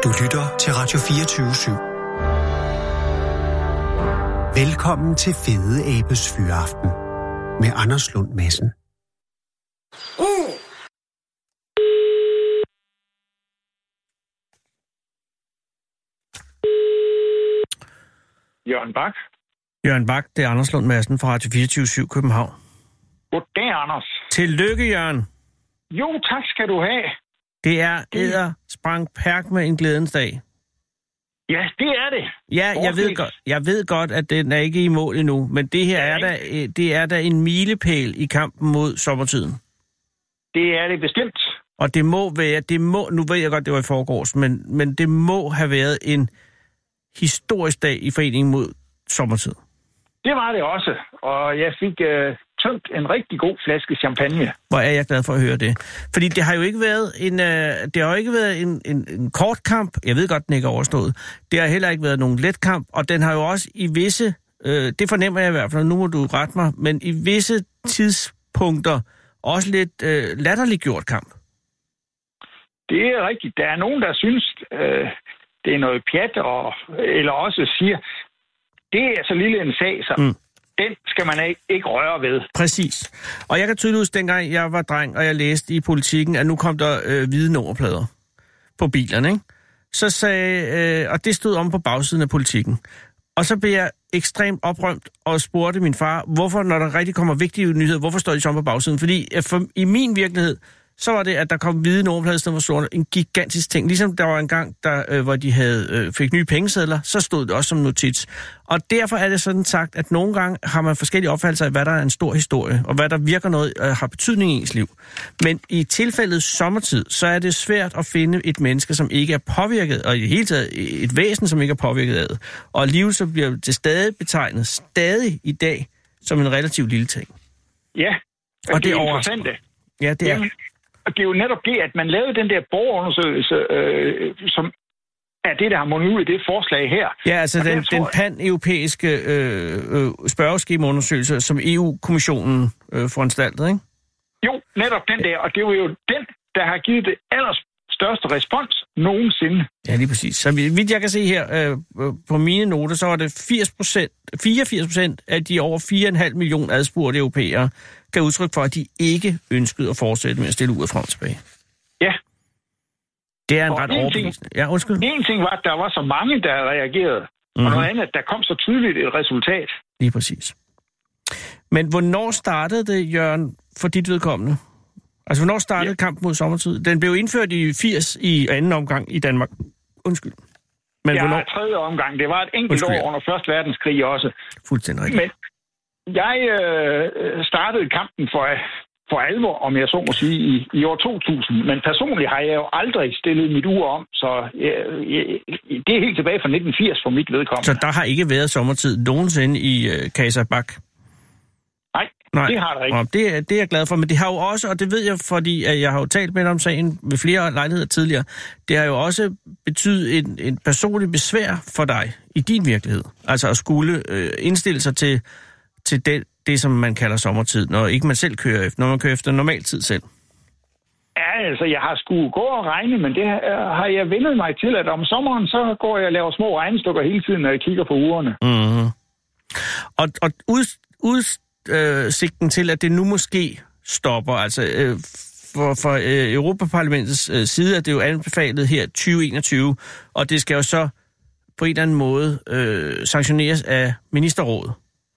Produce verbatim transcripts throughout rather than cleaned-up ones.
Du lytter til Radio fireogtyve syv. Velkommen til Fede Abes Fyraften med Anders Lund Madsen. Mm. Jørgen Bak. Jørgen Bak, det er Anders Lund Madsen fra Radio fireogtyve syv København. Goddag, Anders. Tillykke, Jørgen. Jo, tak skal du have. Det er æder sprang perk med en glædens dag. Ja, det er det. Ja, jeg ved, godt, jeg ved godt, at den er ikke i mål endnu, men det her er da, det er da en milepæl i kampen mod sommertiden. Det er det bestemt. Og det må være, det må, nu ved jeg godt, det var i forgårs, men, men det må have været en historisk dag i foreningen mod sommertid. Det var det også, og jeg fik øh, tømt en rigtig god flaske champagne. Hvor er jeg glad for at høre det. Fordi det har jo ikke været en, øh, det har jo ikke været en, en, en kort kamp. Jeg ved godt, den ikke er overstået. Det har heller ikke været nogen let kamp, og den har jo også i visse, øh, det fornemmer jeg i hvert fald, nu må du rette mig, men i visse tidspunkter også lidt øh, latterligt gjort kamp. Det er rigtigt. Der er nogen, der synes, øh, det er noget pjat, og, eller også siger, det er så lille en sag, så mm. den skal man ikke, ikke røre ved. Præcis. Og jeg kan tydeligt huske, dengang jeg var dreng, og jeg læste i Politikken, at nu kom der øh, hvide nummerplader på bilerne, ikke? Så sagde, øh, og det stod om på bagsiden af Politikken. Og så blev jeg ekstremt oprømt og spurgte min far, hvorfor, når der rigtig kommer vigtige nyheder, hvorfor står de så på bagsiden? Fordi for, i min virkelighed, så var det, at der kom hvide nummerplader i stedet for sorte, en gigantisk ting. Ligesom der var en gang, der, øh, hvor de havde, øh, fik nye pengesedler, så stod det også som notits. Og derfor er det sådan sagt, at nogle gange har man forskellige opfattelser af, hvad der er en stor historie, og hvad der virker noget, øh, har betydning i ens liv. Men i tilfældet sommertid, så er det svært at finde et menneske, som ikke er påvirket, og i det hele taget et væsen, som ikke er påvirket af det. Og alligevel så bliver det stadig betegnet, stadig i dag, som en relativt lille ting. Ja, og det, det er overraskende. interessant. Ja, det er. Jamen, og det er jo netop det, at man lavede den der borgerundersøgelse, øh, som er det, der har mundet ud i det forslag her. Ja, altså den, tror, den pan-europæiske øh, øh, spørgeskemaundersøgelse, som E U-kommissionen øh, foranstaltede, ikke? Jo, netop den der, og det er jo den, der har givet det allerstørste respons nogensinde. Ja, lige præcis. Så vidt jeg kan se her øh, på mine noter, så var det firs procent, fireogfirs procent af de over fire komma fem millioner adspurgte europæere, gav udtryk for, at de ikke ønskede at fortsætte med at stille ud og frem og tilbage. Ja. Det er en og ret en overbevisende. Ja, undskyld. En ting var, at der var så mange, der reagerede, mm-hmm. og noget andet, der kom så tydeligt et resultat. Lige præcis. Men hvornår startede det, Jørgen, for dit vedkommende? Altså, hvornår startede ja. kampen mod sommertid? Den blev indført i firs i anden omgang i Danmark. Undskyld. Men ja, hvornår? tredje omgang. Det var et enkelt Undskyld. år under første verdenskrig også. Fuldstændig rigtigt. Men jeg øh, startede kampen for, for alvor, om jeg så må sige, i, i år to tusind. Men personligt har jeg jo aldrig stillet mit ur om, så øh, det er helt tilbage fra nitten firs for mit vedkommende. Så der har ikke været sommertid nogensinde i øh, Kasabak? Nej, Nej, det har der ikke. Det er, det er jeg glad for, men det har jo også, og det ved jeg, fordi at jeg har jo talt med dig om sagen ved flere lejligheder tidligere, det har jo også betydet en, en personlig besvær for dig i din virkelighed. Altså at skulle øh, indstille sig til, til det, det, som man kalder sommertid, når ikke man selv kører efter, når man kører efter normal tid selv. Ja, altså jeg har skulle gå og regne, men det har jeg vendet mig til, at om sommeren, så går jeg og laver små regnestykker hele tiden, når jeg kigger på ugerne. Mm-hmm. Og, og ud, ud Øh, sigten til, at det nu måske stopper. Altså, øh, for, for øh, Europaparlamentets øh, side er det jo anbefalet her tyve enogtyve, og det skal jo så på en eller anden måde øh, sanktioneres af ministerrådet.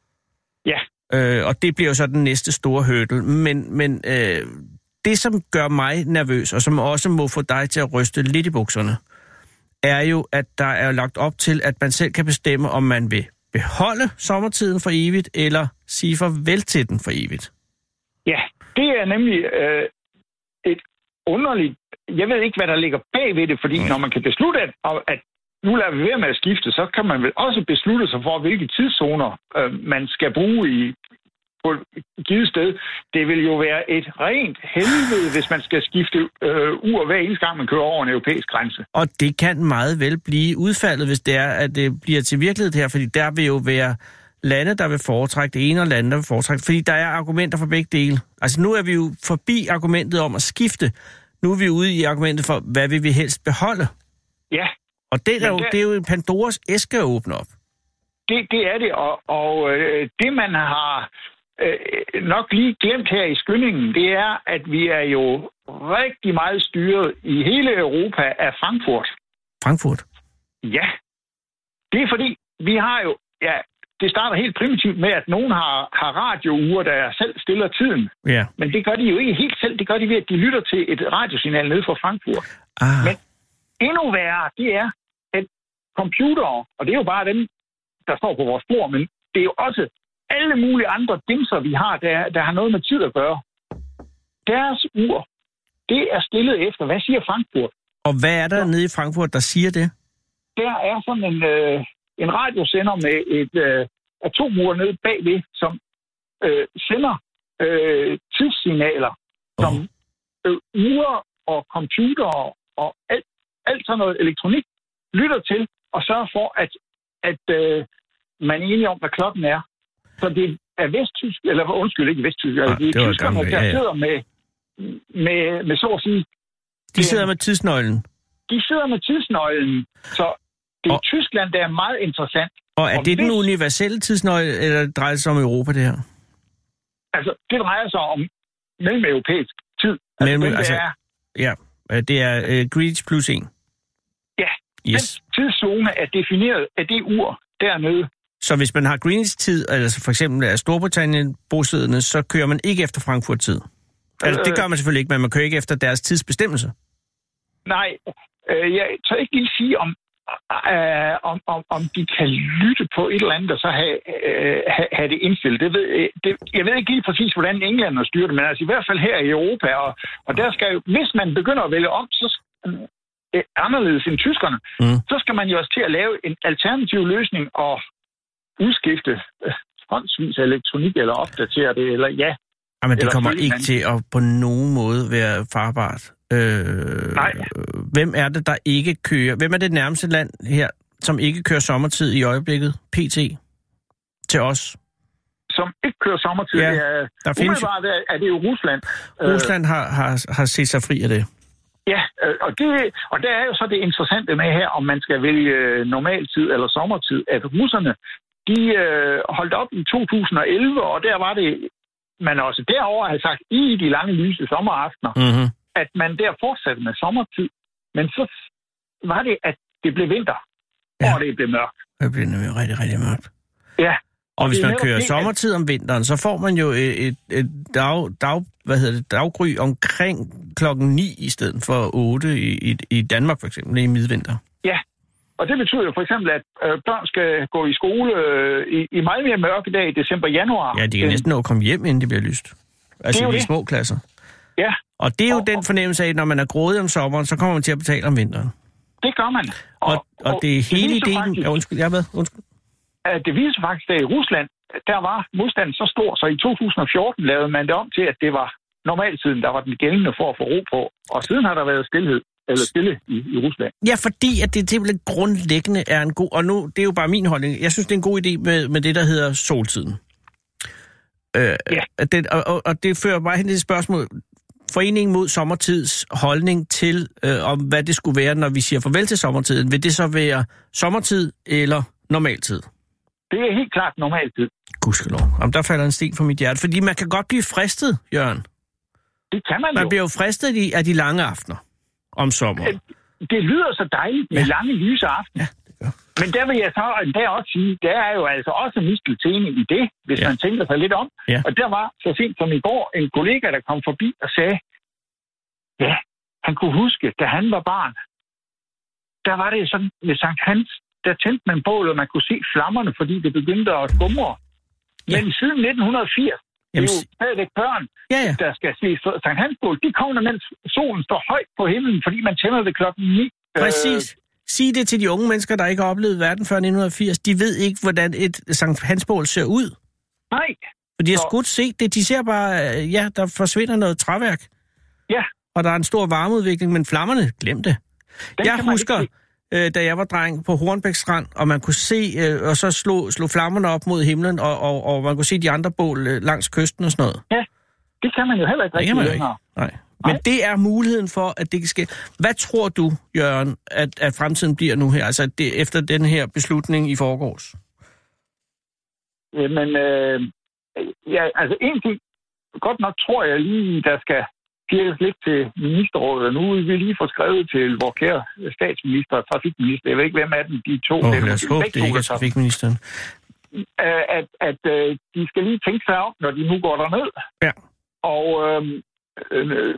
Ja. Øh, og det bliver jo så den næste store hurdle. Men, men øh, det, som gør mig nervøs, og som også må få dig til at ryste lidt i bukserne, er jo, at der er lagt op til, at man selv kan bestemme, om man vil beholde sommertiden for evigt, eller sige farvel til den for evigt? Ja, det er nemlig øh, et underligt... Jeg ved ikke, hvad der ligger bag ved det, fordi mm. når man kan beslutte, at, at nu lader vi være med at skifte, så kan man vel også beslutte sig for, hvilke tidszoner øh, man skal bruge i på et givet sted. Det vil jo være et rent helvede, hvis man skal skifte øh, ur hver eneste gang, man kører over en europæisk grænse. Og det kan meget vel blive udfaldet, hvis det er, at det bliver til virkelighed her, fordi der vil jo være lande, der vil foretrække det ene, og lande, der vil foretrække, fordi der er argumenter for begge dele. Altså nu er vi jo forbi argumentet om at skifte. Nu er vi ude i argumentet for, hvad vil vi helst beholde? Ja, Og det er, jo, der, det er jo en Pandoras æske at åbne op. Det, det er det, og, og øh, det man har øh, nok lige glemt her i skyndingen, det er, at vi er jo rigtig meget styret i hele Europa af Frankfurt. Frankfurt? Ja. Det er fordi, vi har jo, ja, det starter helt primitivt med, at nogen har, har radiourer, der selv stiller tiden. Ja. Men det gør de jo ikke helt selv. Det gør de ved, at de lytter til et radiosignal nede fra Frankfurt. Ah. Men endnu værre, det er, at computere, og det er jo bare dem, der står på vores bord, men det er jo også alle mulige andre dimser, vi har, der, der har noget med tid at gøre. Deres ur, det er stillet efter, hvad siger Frankfurt? Og hvad er der Så, nede i Frankfurt, der siger det? Der er sådan en, øh, en radiosender med et øh, atomur nede bagved, som øh, sender øh, tidssignaler, oh. som øh, ure og computere og alt, alt sådan noget elektronik lytter til og sørger for, at, at øh, man er enige om, hvad klokken er. Så det er vesttysk, eller undskyld, ikke vesttysk, altså, det er tyskerne, der ja, ja. sidder med, med, med så at sige... De sidder med tidsnøglen? De sidder med tidsnøglen, så det er og, Tyskland, der er meget interessant. Og er og det hvis, den universelle tidsnøgle, eller drejer det sig om Europa, det her? Altså, det drejer sig om mellemeuropæisk tid. Altså, Mellem, den, altså, er, ja, det er uh, Greenwich plus en. Ja, yes. Den tidszone er defineret af det ur dernede. Så hvis man har Greenwich-tid, altså for eksempel er Storbritannien bosiddende, så kører man ikke efter Frankfurt-tid? Altså, det gør man selvfølgelig ikke, men man kører ikke efter deres tidsbestemmelse. Nej, øh, jeg tør ikke lige sige, om, øh, om, om, om de kan lytte på et eller andet, og så have, øh, have, have det indstillet. Det ved, det, jeg ved ikke lige præcis, hvordan England styrer det, men altså i hvert fald her i Europa, og, og der skal jo, hvis man begynder at vælge om, så øh, anderledes end tyskerne, mm. så skal man jo også til at lave en alternativ løsning og udskifte øh, håndsvis elektronik, eller opdatere det, eller ja. Jamen, det kommer ikke til at på nogen måde være farbart. Øh, Nej. Hvem er det, der ikke kører? Hvem er det nærmeste land her, som ikke kører sommertid i øjeblikket? P T? Til os? Som ikke kører sommertid? Ja, er, der findes... umiddelbart er det jo Rusland. Rusland har, har, har set sig fri af det. Ja, og, det, og der er jo så det interessante med her, om man skal vælge normaltid eller sommertid, at russerne, de øh, holdt op i to tusind og elleve, og der var det, man også derovre har sagt, i de lange lyse sommeraftener, mm-hmm. at man der fortsatte med sommertid. Men så var det, at det blev vinter, ja. Og det blev mørkt. Det blev nemlig rigtig, rigtig mørkt. Ja. Og, og hvis man kører det, sommertid om vinteren, så får man jo et, et, et dag, dag, hvad hedder det, daggry omkring klokken ni i stedet for otte i, i, i Danmark for eksempel, i midvinter. Ja, og det betyder jo for eksempel, at øh, børn skal gå i skole øh, i, i meget mere mørke dag i december-januar. Ja, de kan næsten nå at komme hjem, inden det bliver lyst. Altså i de små klasser. Ja. Og det er jo og, den fornemmelse af, at når man er grådig om sommeren, så kommer man til at betale om vinteren. Det gør man. Og, og, og, og det er hele det ideen... Faktisk, ja, undskyld, jeg ved, undskyld. At det viser faktisk, at i Rusland, der var modstanden så stor, så i to tusind og fjorten lavede man det om til, at det var normaltiden, der var den gældende for at få ro på. Og siden har der været stillhed. Eller stille i, i Rusland. Ja, fordi at det simpelthen grundlæggende er en god... Og nu, det er jo bare min holdning. Jeg synes, det er en god idé med, med det, der hedder soltiden. Øh, ja. det, og, og det fører bare hen til et spørgsmål. Foreningen mod sommertids holdning til, øh, om hvad det skulle være, når vi siger farvel til sommertiden. Vil det så være sommertid eller normaltid? Det er helt klart normaltid. Gudskelov. Jamen, der falder en sten fra mit hjerte. Fordi man kan godt blive fristet, Jørgen. Det kan man jo. Man bliver jo fristet af de lange aftener. Om sommeren. Det lyder så dejligt med ja. lange lyse aftener. Ja, det gør. Men der vil jeg så der også sige, der er jo altså også misteltene i det, hvis ja. man tænker sig lidt om. Ja. Og der var så sent som i går en kollega, der kom forbi og sagde, ja, han kunne huske, da han var barn, der var det sådan ved Sankt Hans, der tændte man bål, og man kunne se flammerne, fordi det begyndte at skumre. Ja. Men siden nitten firs, det er jo stadigvæk børn, ja, ja. der skal se Sankt Hansbål. De kommer, mens solen står højt på himlen, fordi man tænder det klokken ni. Præcis. Sig det til de unge mennesker, der ikke har oplevet verden før nitten firs. De ved ikke, hvordan et Sankt Hansbål ser ud. Nej. For de har skudt set det. De ser bare, ja, der forsvinder noget træværk. Ja. Og der er en stor varmeudvikling, men flammerne, glem det. Den jeg husker... Øh, da jeg var dreng på Hornbæk Strand, og man kunne se, øh, og så slå, slå flammerne op mod himlen, og, og, og man kunne se de andre bål øh, langs kysten og sådan noget. Ja, det kan man jo heller ikke rigtig længere. Nej, Men det er muligheden for, at det kan ske. Hvad tror du, Jørgen, at, at fremtiden bliver nu her, altså det, efter den her beslutning i forgårs? Jamen, øh, ja, altså en ting, godt nok tror jeg lige, der skal kirkes lidt til ministerrådet. Nu vil vi lige få skrevet til vores kære statsminister og trafikminister. Jeg ved ikke, hvem af dem, de to. Åh, lad os håbe, det ikke er trafikministeren. At, at, at øh, de skal lige tænke sig om, når de nu går derned. Ja. Og øh, øh,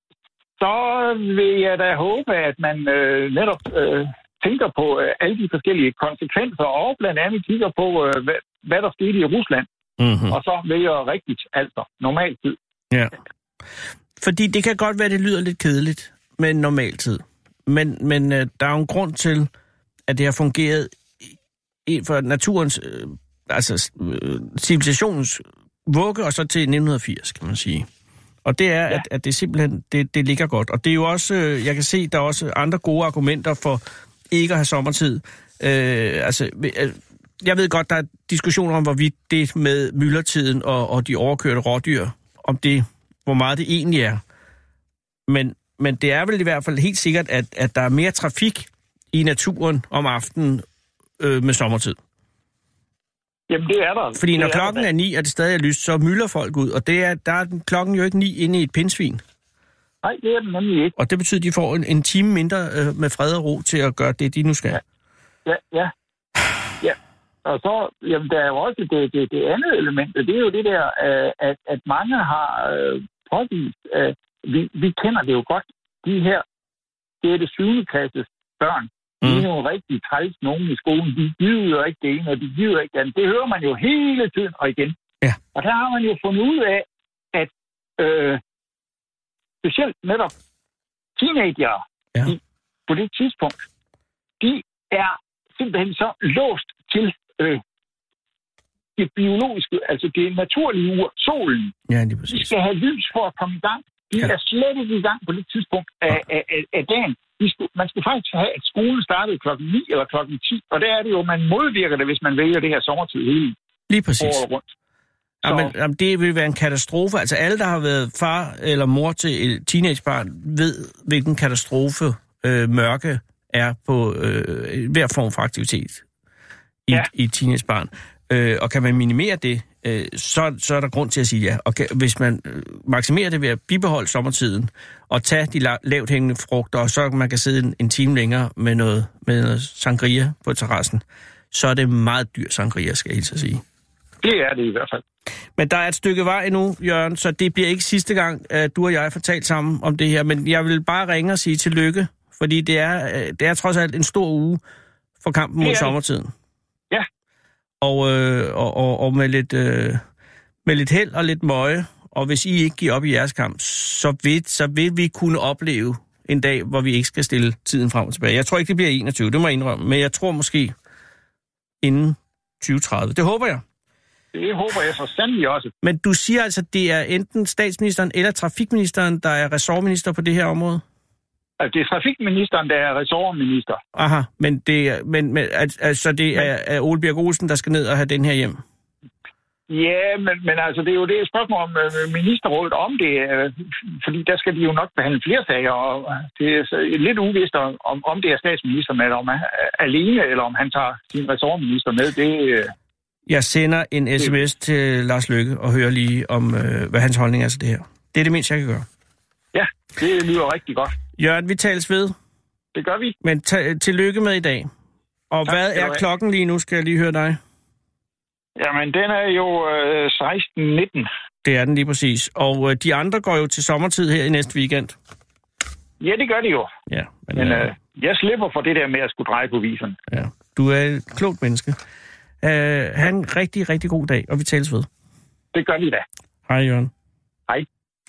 så vil jeg da håbe, at man øh, netop øh, tænker på øh, alle de forskellige konsekvenser, og blandt andet kigger på, øh, hvad, hvad der skete i Rusland. Mm-hmm. Og så vælger rigtigt, altså normal tid. Ja. Fordi det kan godt være, det lyder lidt kedeligt med en normal tid. Men, men øh, der er jo en grund til, at det har fungeret i, for naturens, øh, altså øh, civilisationens vugge, og så til nitten firs, kan man sige. Og det er, ja. at, at det simpelthen, det, det ligger godt. Og det er jo også, øh, jeg kan se, der er også andre gode argumenter for ikke at have sommertid. Øh, altså, øh, jeg ved godt, der er diskussioner om, hvorvidt det med myldretiden og, og de overkørte rådyr, om det, hvor meget det egentlig er. Men, men det er vel i hvert fald helt sikkert, at, at der er mere trafik i naturen om aftenen øh, med sommertid. Jamen, det er der. Fordi når det klokken er, er ni, og det stadig er lyst, så mylder folk ud. Og det er, der er klokken jo ikke ni inde i et pindsvin. Nej, det er den nemlig ikke. Og det betyder, at de får en, en time mindre øh, med fred og ro til at gøre det, de nu skal. Ja, ja. ja. ja. Og så, jamen, der er jo også det, det, det andet element, det er jo det der, øh, at, at mange har øh, påvist, øh, vi, vi kender det jo godt, de her, det er det syvende klasses børn. Mm. De er jo rigtig træls nogen i skolen. De giver jo ikke det ene, og de giver ikke det andet. Det hører man jo hele tiden og igen. Ja. Og der har man jo fundet ud af, at øh, specielt netop teenagere ja. de, på det tidspunkt, de er simpelthen så låst til øh, det biologiske, altså det naturlige ur, solen. Ja, det er præcis. De skal have lys for at komme i gang. De ja. er slet ikke i gang på det tidspunkt af, af, af, af dagen. Man skal faktisk have, at skolen startede klokken ni eller klokken ti, og der er det jo, man modvirker det, hvis man vælger det her sommertid hele lige præcis. rundt. Jamen, jamen, det vil være en katastrofe. Altså alle, der har været far eller mor til et teenagebarn, ved, hvilken katastrofe øh, mørke er på øh, hver form for aktivitet i, ja. i et teenagebarn. Øh, og kan man minimere det, øh, så, så er der grund til at sige ja. Og kan, hvis man øh, maksimerer det ved at bibeholde sommertiden, og tage de la- lavt hængende frugter, og så man kan sidde en, en time længere med noget, med noget sangria på terrassen, så er det meget dyr sangria, skal jeg helt så sige. Det er det i hvert fald. Men der er et stykke vej endnu, Jørgen, så det bliver ikke sidste gang, at du og jeg får talt sammen om det her. Men jeg vil bare ringe og sige tillykke, fordi det er, det er trods alt en stor uge for kampen mod sommertiden. Ja. Og, øh, og, og, og med lidt, øh, med lidt held og lidt møje, og hvis I ikke giver op i jeres kamp, så vil, så vil vi kunne opleve en dag, hvor vi ikke skal stille tiden frem og tilbage. Jeg tror ikke, det bliver enogtyve, det må jeg indrømme, men jeg tror måske inden tyve tredive. Det håber jeg. Det håber jeg så sandelig også. Men du siger altså, at det er enten statsministeren eller trafikministeren, der er ressortminister på det her område? Altså, det er trafikministeren, der er ressortminister. Aha, men det er, men, men, altså, det er, er Ole Birk Olesen, der skal ned og have den her hjem? Ja, men, men altså, det er jo det spørgsmål om øh, ministerrådet om det, øh, fordi der skal de jo nok behandle flere sager, og det er lidt uvist, om, om det er statsministeren, eller om han er alene, eller om han tager sin ressortminister med. Det, øh, Jeg sender en sms til Lars Løkke og hører lige om, øh, hvad hans holdning er til det her. Det er det mindste, jeg kan gøre. Ja, det lyder rigtig godt. Jørgen, vi tales ved. Det gør vi. Men t- tillykke med i dag. Og tak, hvad er klokken lige nu, skal jeg lige høre dig? Jamen, den er jo øh, seksten nitten. Det er den lige præcis. Og øh, de andre går jo til sommertid her i næste weekend. Ja, det gør de jo. Ja, men men øh, jeg slipper for det der med at skulle dreje på viseren. Ja, du er et klogt menneske. Uh, ha' en rigtig, rigtig god dag, og vi tales ved. Det gør vi da. Hej, Jørgen. Hej.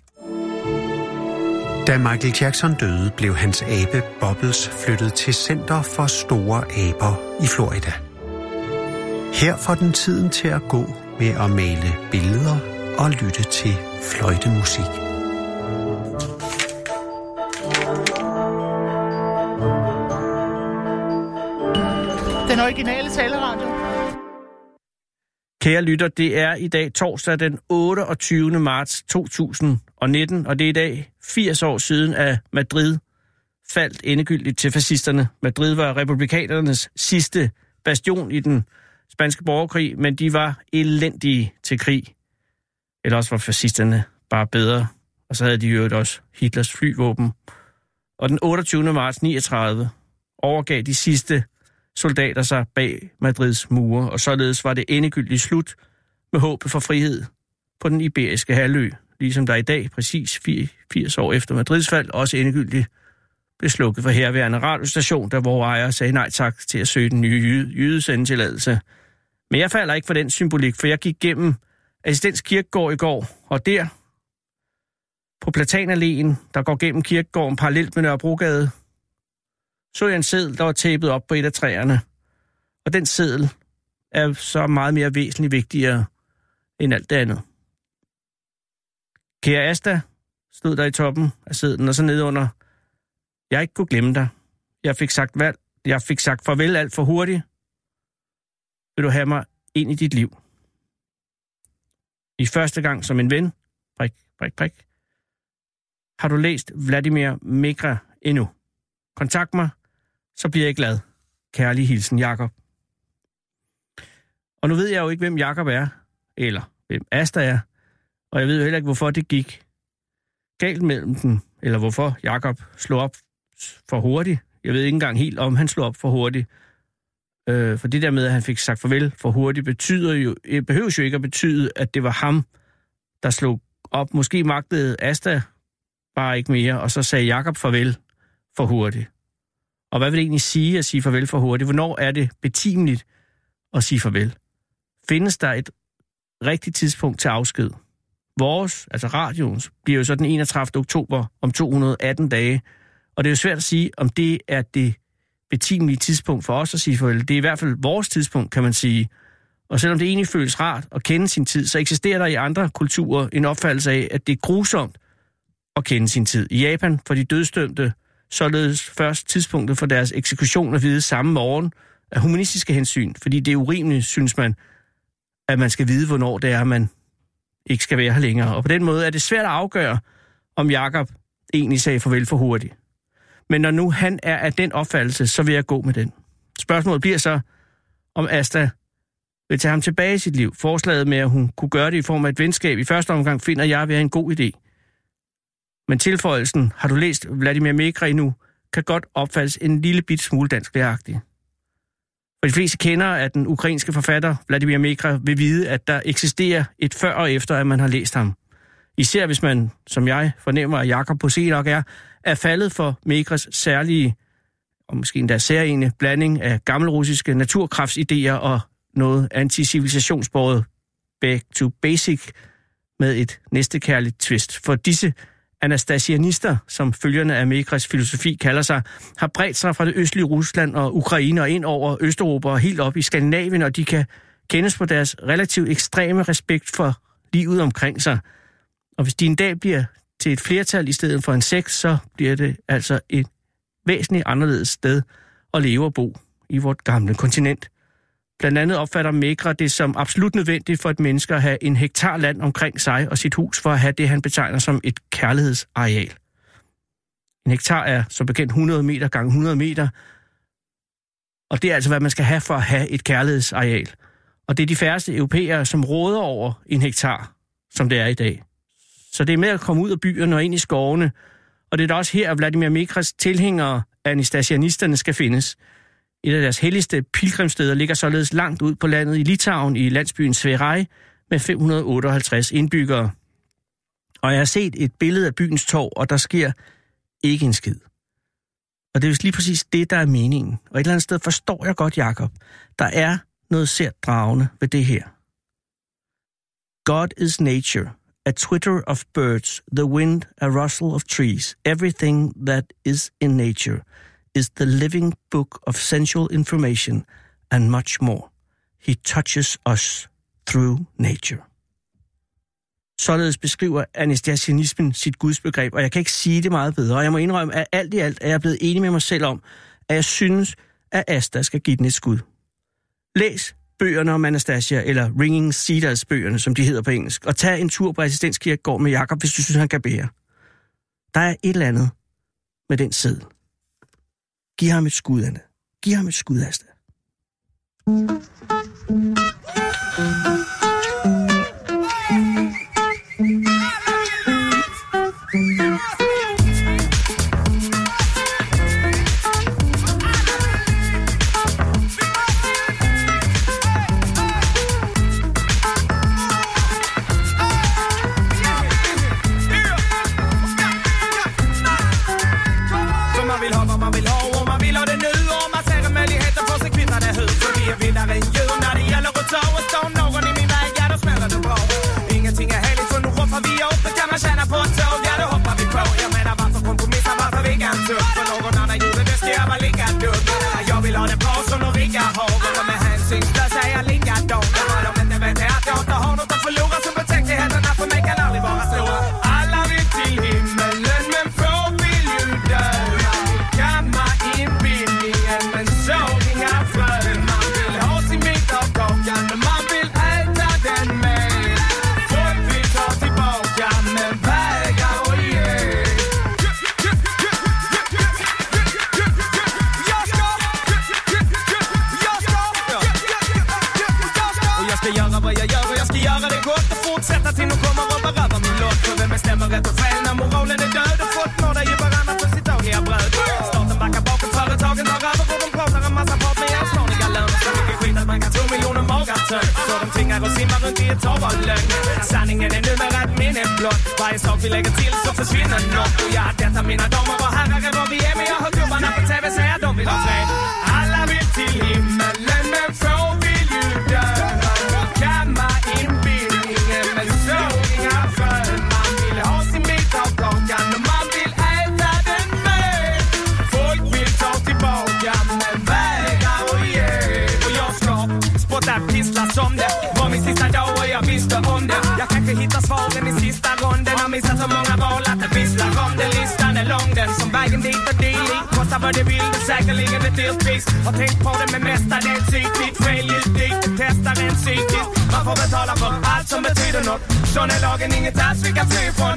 Da Michael Jackson døde, blev hans abe Bubbles flyttet til Center for Store Aber i Florida. Her får den tiden til at gå med at male billeder og lytte til fløjtemusik. Den originale taleradio. Kære lytter, det er i dag torsdag den otteogtyvende marts to tusind nitten, og det er i dag firs år siden, at Madrid faldt endegyldigt til fascisterne. Madrid var republikanernes sidste bastion i den spanske borgerkrig, men de var elendige til krig. Eller også var fascisterne bare bedre, og så havde de jo også Hitlers flyvåben. Og den otteogtyvende marts niogtredive overgav de sidste soldater sig bag Madrids mure, og således var det endegyldigt slut med håbet for frihed på den iberiske halvø, ligesom der i dag, præcis firs år efter Madrids fald, også endegyldigt blev slukket for herværende radiostation, der hvor ejer sagde nej tak til at søge den nye jydesendetilladelse. Men jeg falder ikke for den symbolik, for jeg gik gennem Assistens Kirkegård i går, og der på Platanalléen, der går gennem kirkegården parallelt med Nørrebrogade, så jeg en seddel, der var tæppet op på et af træerne. Og den seddel er så meget mere væsentligt vigtigere end alt det andet. Kære Asta, stod der i toppen af sedlen, og så nede under: jeg ikke kunne glemme dig. Jeg fik sagt, valg. Jeg fik sagt farvel alt for hurtigt. Vil du have mig ind i dit liv? I første gang som en ven, prik, prik, prik. Har du læst Vladimir Mikra endnu? Kontakt mig, så bliver jeg glad. Kærlig hilsen, Jakob. Og nu ved jeg jo ikke, hvem Jakob er, eller hvem Asta er, og jeg ved jo heller ikke, hvorfor det gik galt mellem dem, eller hvorfor Jakob slog op for hurtigt. Jeg ved ikke engang helt, om han slog op for hurtigt. Øh, for det der med, at han fik sagt farvel for hurtigt, betyder jo, behøver jo ikke at betyde, at det var ham, der slog op. Måske magtede Asta bare ikke mere, og så sagde Jakob farvel for hurtigt. Og hvad vil det egentlig sige at sige farvel for hurtigt? Hvornår er det betimeligt at sige farvel? Findes der et rigtigt tidspunkt til afsked? Vores, altså radioens, bliver jo så den enogtredivte oktober om to hundrede og atten dage, og det er jo svært at sige, om det er det betimelige tidspunkt for os at sige farvel. Det er i hvert fald vores tidspunkt, kan man sige. Og selvom det egentlig føles rart at kende sin tid, så eksisterer der i andre kulturer en opfattelse af, at det er grusomt at kende sin tid. I Japan for de dødsdømte således først tidspunktet for deres eksektion at vide samme morgen af humanistiske hensyn, fordi det er urimeligt, synes man, at man skal vide, hvornår det er, at man ikke skal være her længere. Og på den måde er det svært at afgøre, om Jakob egentlig sagde farvel for hurtigt. Men når nu han er af den opfattelse, så vil jeg gå med den. Spørgsmålet bliver så, om Asta vil tage ham tilbage i sit liv. Forslaget med, at hun kunne gøre det i form af et venskab, i første omgang finder jeg ved en god idé. Men tilføjelsen, har du læst Vladimir Mikra endnu, kan godt opfattes en lille bit smule dansklæragtig. For de fleste kender af den ukrainske forfatter Vladimir Mikra vil vide, at der eksisterer et før og efter, at man har læst ham. Især hvis man, som jeg fornemmer, at Jakob på nok er, er faldet for Mikras særlige, og måske endda særlige, blanding af gammelrussiske naturkraftsidéer og noget anticivilisationsbåret back to basic med et næstekærligt twist. For disse anastasianister, som følgerne af Mikras filosofi kalder sig, har bredt sig fra det østlige Rusland og Ukraine og ind over Østeuropa og helt op i Skandinavien, og de kan kendes på deres relativt ekstreme respekt for livet omkring sig. Og hvis de en dag bliver til et flertal i stedet for en seks, så bliver det altså et væsentligt anderledes sted at leve og bo i vort gamle kontinent. Blandt andet opfatter Mikra det som absolut nødvendigt for et menneske at have en hektar land omkring sig og sit hus for at have det, han betegner som et kærlighedsareal. En hektar er som bekendt hundrede meter gange hundrede meter, og det er altså, hvad man skal have for at have et kærlighedsareal. Og det er de færreste europæere, som råder over en hektar, som det er i dag. Så det er med at komme ud af byerne og ind i skovene, og det er da også her, at Vladimir Mikras tilhængere af anastasianisterne skal findes. Et af deres helligste pilgrimssteder ligger således langt ud på landet i Litauen i landsbyen Sverai med fem hundrede og otteoghalvtreds indbyggere. Og jeg har set et billede af byens torv, og der sker ikke en skid. Og det er vist lige præcis det, der er meningen. Og et eller andet sted forstår jeg godt, Jakob. Der er noget sært dragende ved det her. God is nature, a twitter of birds, the wind, a rustle of trees, everything that is in nature is the living book of sensual information and much more. He touches us through nature. Således beskriver anastasianismen sit gudsbegreb, og jeg kan ikke sige det meget bedre. Og jeg må indrømme, at alt i alt er jeg blevet enig med mig selv om, at jeg synes, at Asta skal give den et skud. Læs bøgerne om Anastasia, eller Ringing Cedars-bøgerne, som de hedder på engelsk, og tag en tur på Assistenskirkegård med Jakob, hvis du synes, han kan bære. Der er et eller andet med den seddel. Giv ham et skud, Anne. Giv ham et skud, Asta. Sanningen är numera ett minne blott. Varje sak vi lägger till så försvinner något. Och ja, detta mina damer och herrar är vad vi är. Men jag hör gubbarna på tv säga de vill ha fred. Alla vill till himmelen men få vill ju dö. Man vill kamma inbildningen men så inga frön. Man vill ha sin bit av kakan och man vill äta den med. Folk vill ta tillbaka men vägrar och ge. Och jag ska spotta pissla som det var min sista dag och jag visste om det. Jag kanske hittar svaren i sista ronden. Har missat så många val att det visslar om det. Listan är lång den som vägen dit och dealing. Kostar vad det vill, det säkerligen ett dyrt pris. Har tänkt på det med mestadels psykigt. Fel ljud dit, det testar en psykiskt. Man får betala för allt som betyder något. Sån är lagen, inget alls vi kan fly ifrån.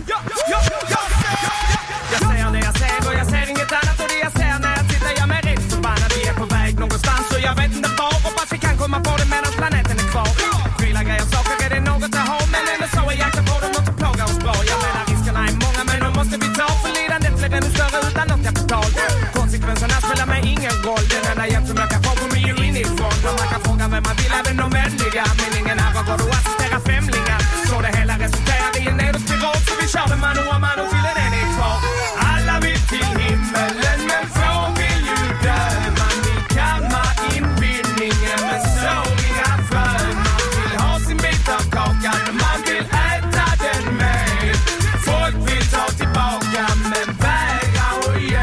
Jag ser det jag ser och jag ser inget annat. Och det jag ser när jag tittar jag mig rätt förbannad. Vi är på väg någonstans och jag vet inte var. Hoppas vi kan komma på det medan planeten är kvar. Skilda grejer, saker är det något att ha. Men ändå så är jakten på dem något som plågar oss bra. Jag menar riskerna är många men de måste vi ta. För lidandet blir ännu större utan något kapital. Konsekvenserna spelar mig ingen roll. Den enda hjälp som jag kan få kommer ju inifrån. Och man kan fråga vem man vill, även de vänliga. Men ingen här går att assistera femlingar. Så det hela resulterar i en nedåt spiral. Så vi kör med man och man och till en är kvar. Alla vill till himmelen men få vill ju dö. Man vill kamma inbildningen men så inga frön. Man vill ha sin bit av kakan och man vill äta den med. Folk vill ta tillbaka men vägrar och ge.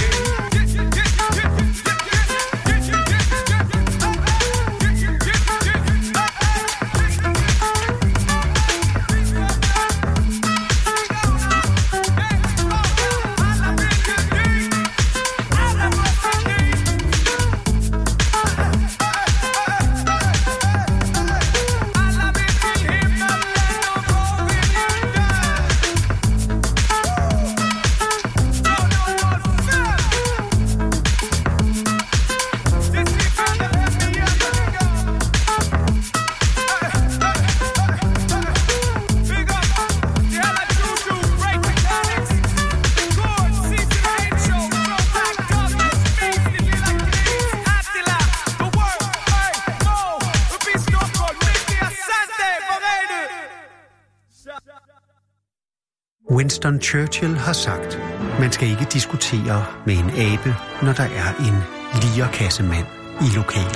Winston Churchill har sagt, man skal ikke diskutere med en abe, når der er en lierkassemand i lokalet.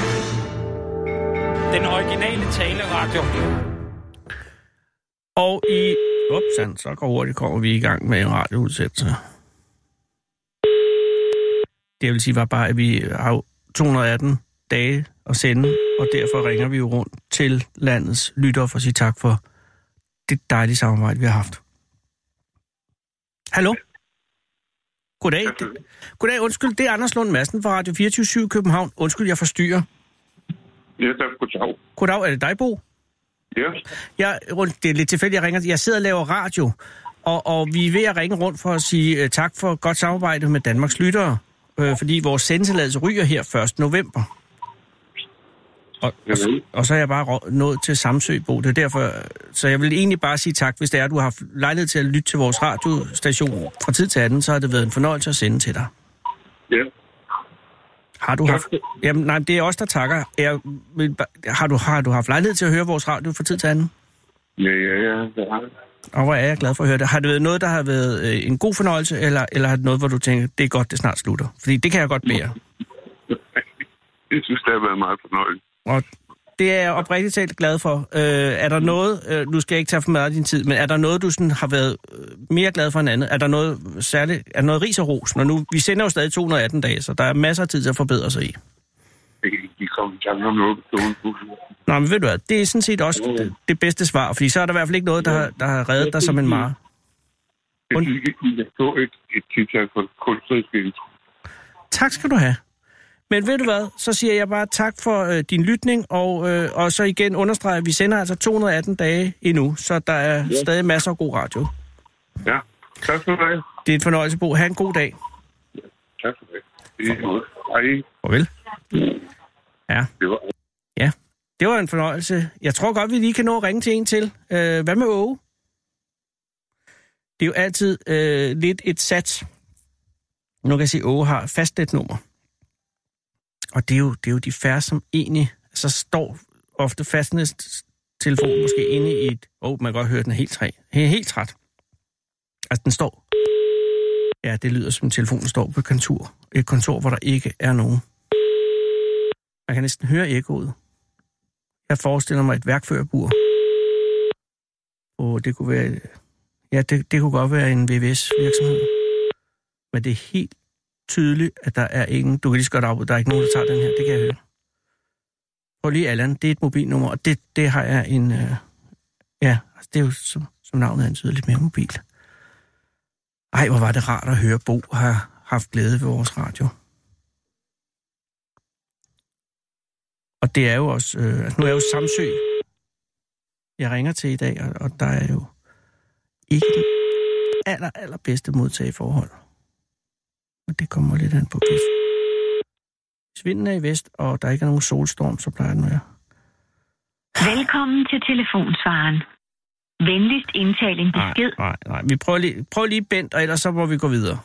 Den originale taleradio. Og i... Upsan, så går hurtigt kommer vi i gang med en radioudsættelse. Det vil sige var bare, at vi har to hundrede og atten dage at sende, og derfor ringer vi jo rundt til landets lyttere for at sige tak for det dejlige samarbejde, vi har haft. Hallo? Goddag. Goddag, undskyld, det er Anders Lund Madsen fra Radio fireogtyve syv København. Undskyld, jeg forstyrrer. Ja, tak. Goddag. Goddag, er det dig, Bo? Ja. Jeg, det er lidt tilfældigt, jeg ringer. Jeg sidder og laver radio, og, og vi er ved at ringe rundt for at sige uh, tak for godt samarbejde med Danmarks lyttere, uh, fordi vores sendetilladelse ryger her første november. Og, og, og så er jeg bare nået til Samsø, Bo. Det er derfor, så jeg vil egentlig bare sige tak, hvis det er, at du har haft lejlighed til at lytte til vores radiostation fra tid til anden, så har det været en fornøjelse at sende til dig. Ja. Har du haft... Jamen, nej, det er os, der takker. Jeg vil, har, du, har du haft lejlighed til at høre vores radio fra tid til anden? Ja, ja, ja, det har jeg. Og hvor er jeg glad for at høre det. Har det været noget, der har været øh, en god fornøjelse, eller, eller har det noget, hvor du tænker, det er godt, det snart slutter? Fordi det kan jeg godt bære. Jeg synes, det har været meget fornøjelig. Og det er jeg oprigtigt talt glad for. Øh, er der noget, øh, nu skal jeg ikke tage for meget af din tid, men er der noget, du sådan har været mere glad for end andet? Er der noget særligt, er der noget ris og ros? Når nu, vi sender jo stadig to hundrede og atten dage, så der er masser af tid til at forbedre sig i. Jeg kan ikke komme i tanke om noget. Nå, men ved du hvad, det er sådan set også det, det bedste svar, fordi så er der i hvert fald ikke noget, der har, der har reddet dig som en mare. Jeg synes ikke, at jeg får et, et tiltag for kunstnerisk intro. Tak skal du have. Men ved du hvad, så siger jeg bare tak for øh, din lytning, og, øh, og så igen understreger, at vi sender altså to hundrede og atten dage endnu, så der er ja. stadig masser af god radio. Ja, tak for det. Det er en fornøjelse, Bo. Ha' en god dag. Ja, tak for det. Det er noget. Hej. Farvel. Ja. Det var... Ja, det var en fornøjelse. Jeg tror godt, vi lige kan nå at ringe til en til. Øh, hvad med Åge? Det er jo altid øh, lidt et sats. Nu kan jeg sige, at Åge har fastnetnummer. Og det er, jo, det er jo de færre, som egentlig... Så står ofte fastnettelefonen måske inde i et... Åh, oh, man kan godt høre, den er helt, træ, helt, helt træt. Altså, den står... Ja, det lyder som en telefon, der står på et kontor. Et kontor, hvor der ikke er nogen. Man kan næsten høre ekkoet. Jeg forestiller mig et værkførerbur. Og det kunne være... Ja, det, det kunne godt være en V V S-virksomhed. Men det er helt tydeligt, at der er ingen... Du kan lige så godt afbryde, der er ikke nogen, der tager den her. Det kan jeg høre. Prøv lige, Allan. Det er et mobilnummer, og det, det har jeg en... Øh, ja, altså det er jo, som, som navnet antyder, lidt mere mobil. Ej, hvor var det rart at høre, Bo har haft glæde ved vores radio. Og det er jo også... Øh, altså nu er jeg jo Samsø, jeg ringer til i dag, og, og der er jo ikke den aller, allerbedste modtageforhold. Og det kommer lidt an på gæst. Hvis vinden er i vest, og der ikke er nogen solstorm, så plejer den at være. Velkommen til telefonsvaren. Venligst indtal en besked. Nej, nej, nej. Vi prøver lige, prøv lige Bent, og ellers så må vi gå videre.